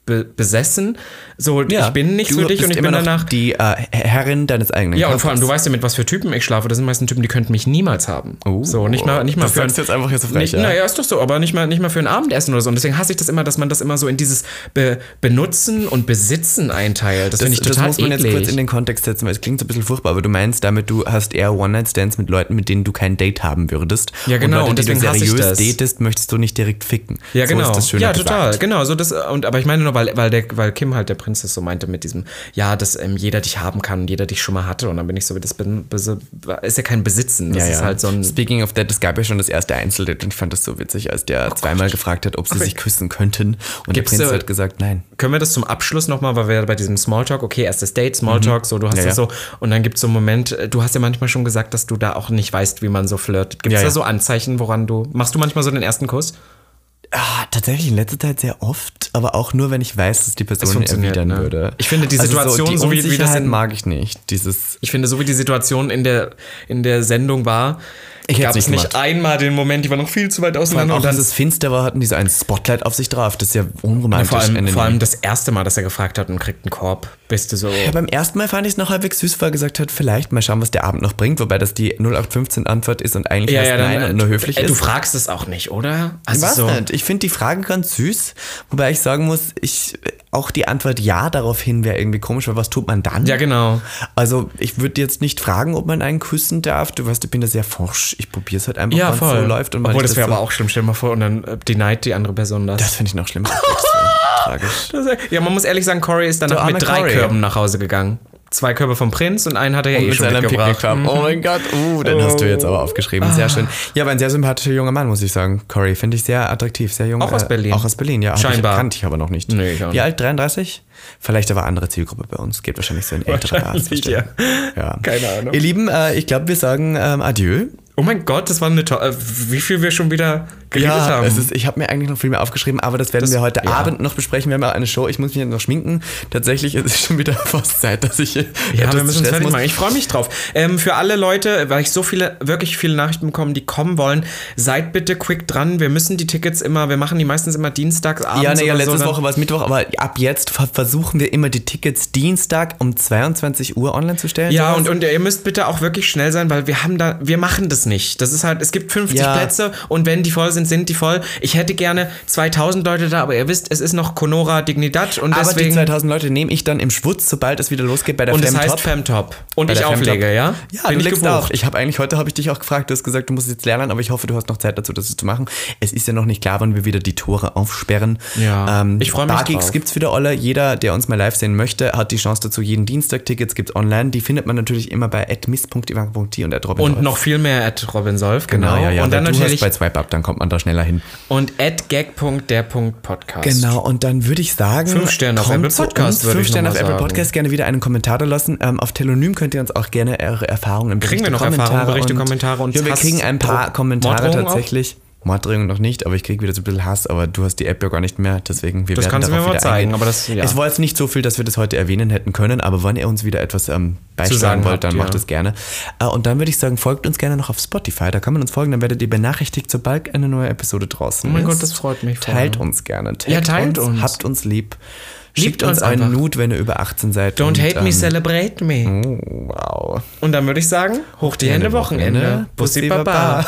besessen. So, ich bin nicht für dich und ich bin danach die Herrin deines eigenen Körpers. Und vor allem, du weißt ja, mit was für Typen ich schlafe. Das sind meistens Typen, die könnten mich niemals haben. So, nicht mal das für sagst du jetzt einfach jetzt so frech, ja? Naja, ist doch so, aber nicht mal für ein Abendessen oder so. Und deswegen hasse ich das immer, dass man das immer so in dieses Benutzen und Besitzen einteilt. Das finde ich total eklig. Das muss man jetzt kurz in den Kontext setzen, weil es klingt so ein bisschen furchtbar, aber du meinst damit, du hast eher One-Night-Stands mit Leuten, mit denen du kein Date haben würdest. Ja, genau. Und Leute, deswegen die du seriös datest, möchtest du nicht direkt ficken. Ja, genau. So ist das schöner gesagt. Total. Genau. So aber ich meine nur, weil Kim halt der Prinz ist, so meinte mit diesem, ja, dass jeder dich haben kann und jeder dich schon mal hatte. Und dann bin ich so, das ist ja kein Besitzen. Das ist halt so ein... Speaking of that, es gab ja schon das erste Einzeldate und ich fand das so witzig, als der zweimal gefragt hat, ob sie sich küssen könnten. Und der Prinz hat gesagt, nein. Können wir das zum Abschluss nochmal, weil wir bei diesem Smalltalk, okay, erstes Date, Smalltalk, so, du hast das so. Und dann gibt es so einen Moment, du hast ja manchmal schon gesagt, dass du da auch nicht weißt, wie man so flirtet. Gibt es da so Anzeichen, machst du manchmal so den ersten Kuss? Tatsächlich in letzter Zeit sehr oft, aber auch nur, wenn ich weiß, dass die Person erwidern würde. Ich finde die Situation, so wie das mag ich nicht. Ich finde, so wie die Situation in der Sendung war, gab es nicht einmal den Moment, die war noch viel zu weit auseinander. Und als es finster war, hatten die so ein Spotlight auf sich drauf. Das ist ja unromantisch. Vor allem das erste Mal, dass er gefragt hat und kriegt einen Korb. Bist du so... Ja, beim ersten Mal fand ich es noch halbwegs süß, weil er gesagt hat, vielleicht mal schauen, was der Abend noch bringt. Wobei das die 0815-Antwort ist und eigentlich erst nein und nur höflich ist. Du fragst es auch nicht, oder? Also ich weiß nicht. Ich finde die Frage ganz süß. Wobei ich sagen muss, auch die Antwort ja daraufhin wäre irgendwie komisch, weil was tut man dann? Ja, genau. Also ich würde jetzt nicht fragen, ob man einen küssen darf. Du weißt, ich bin da sehr forsch. Ich probiere es halt einfach, wenn es so läuft. Und obwohl, das wäre aber auch schlimm. Stell dir mal vor, und dann denied die andere Person das. Das finde ich noch schlimmer. Tragisch. Ja, man muss ehrlich sagen, Corey ist danach mit 3 Körben nach Hause gegangen. 2 Körbe vom Prinz und einen hat er ja schon mitgebracht. Oh mein Gott, den hast du jetzt aber aufgeschrieben. Sehr schön. Ja, aber ein sehr sympathischer junger Mann, muss ich sagen. Corey finde ich sehr attraktiv, sehr jung. Auch aus Berlin. Auch aus Berlin, ja. Scheinbar. Kannte ich aber noch nicht. Nee, ich auch nicht. Wie alt? 33? Vielleicht aber andere Zielgruppe bei uns. Geht wahrscheinlich so in ältere Bars. Ja. Keine Ahnung. Ihr Lieben, ich glaube, wir sagen Adieu. Oh mein Gott, das war eine tolle... wie viel wir schon wieder geredet haben. Ich habe mir eigentlich noch viel mehr aufgeschrieben, aber das werden wir heute Abend noch besprechen. Wir haben ja eine Show, ich muss mich noch schminken. Tatsächlich ist es schon wieder fast Zeit, dass ich... wir müssen uns fertig machen. Ich freue mich drauf. Für alle Leute, weil ich wirklich viele Nachrichten bekomme, die kommen wollen, seid bitte quick dran. Wir müssen die Tickets wir machen die meistens immer dienstagsabends. Letzte Woche war es Mittwoch, aber ab jetzt versuchen wir immer die Tickets Dienstag um 22 Uhr online zu stellen. Ja, und ihr müsst bitte auch wirklich schnell sein, weil wir machen das nicht. Das ist halt, es gibt 50 Plätze und wenn die voll sind, sind die voll. Ich hätte gerne 2000 Leute da, aber ihr wisst, es ist noch Conora Dignidad und aber deswegen... die 2000 Leute nehme ich dann im Schwutz, sobald es wieder losgeht bei der Femtop. Und das heißt Femtop. Und ich auflege, ja? Ja, du legst auf. Heute habe ich dich auch gefragt, du hast gesagt, du musst jetzt lernen, aber ich hoffe, du hast noch Zeit dazu, das zu machen. Es ist ja noch nicht klar, wann wir wieder die Tore aufsperren. Ja, ich freue mich Bargeeks gibt's wieder alle. Jeder, der uns mal live sehen möchte, hat die Chance dazu. Jeden Dienstag Tickets gibt's online. Die findet man natürlich immer bei @miss.ivanka.t und @robin. Und noch viel mehr @robin Solf, genau. Ja. Und dann natürlich bei Swipe Up, dann kommt man da schneller hin. Und @gag.der.podcast. Genau, und dann würde ich sagen, 5 Sterne auf Apple Podcast. 5 Sterne auf Apple Podcast, gerne wieder einen Kommentar da lassen. Auf Telonym könnt ihr uns auch gerne eure Erfahrungen Kriegen wir noch Erfahrungen, Berichte, Kommentare und ja, wir kriegen ein paar Kommentare tatsächlich. Morddrohungen noch nicht, aber ich kriege wieder so ein bisschen Hass, aber du hast die App ja gar nicht mehr, deswegen wir werden darauf wieder eingehen. Das kannst du mir mal zeigen, aber es war jetzt nicht so viel, dass wir das heute erwähnen hätten können, aber wenn ihr uns wieder etwas beischauen wollt, dann macht es gerne. Und dann würde ich sagen, folgt uns gerne noch auf Spotify, da kann man uns folgen, dann werdet ihr benachrichtigt, sobald eine neue Episode draußen ist. Oh mein Gott, das freut mich. Teilt uns gerne. Teilt uns. Habt uns lieb. Schickt uns einen Nude, wenn ihr über 18 seid. Don't hate me, celebrate me. Oh, wow. Und dann würde ich sagen, hoch die Hände, Wochenende. Bussi Baba.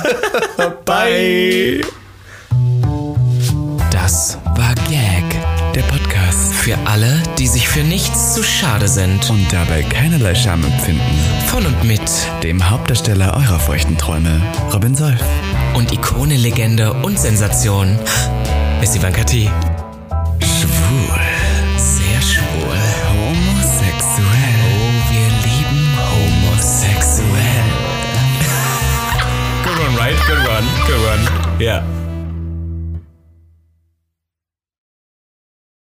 Bye. Das war Gag, der Podcast. Für alle, die sich für nichts zu schade sind. Und dabei keinerlei Scham empfinden. Von und mit dem Hauptdarsteller eurer feuchten Träume, Robin Solf. Und Ikone, Legende und Sensation, Miss Ivanka T.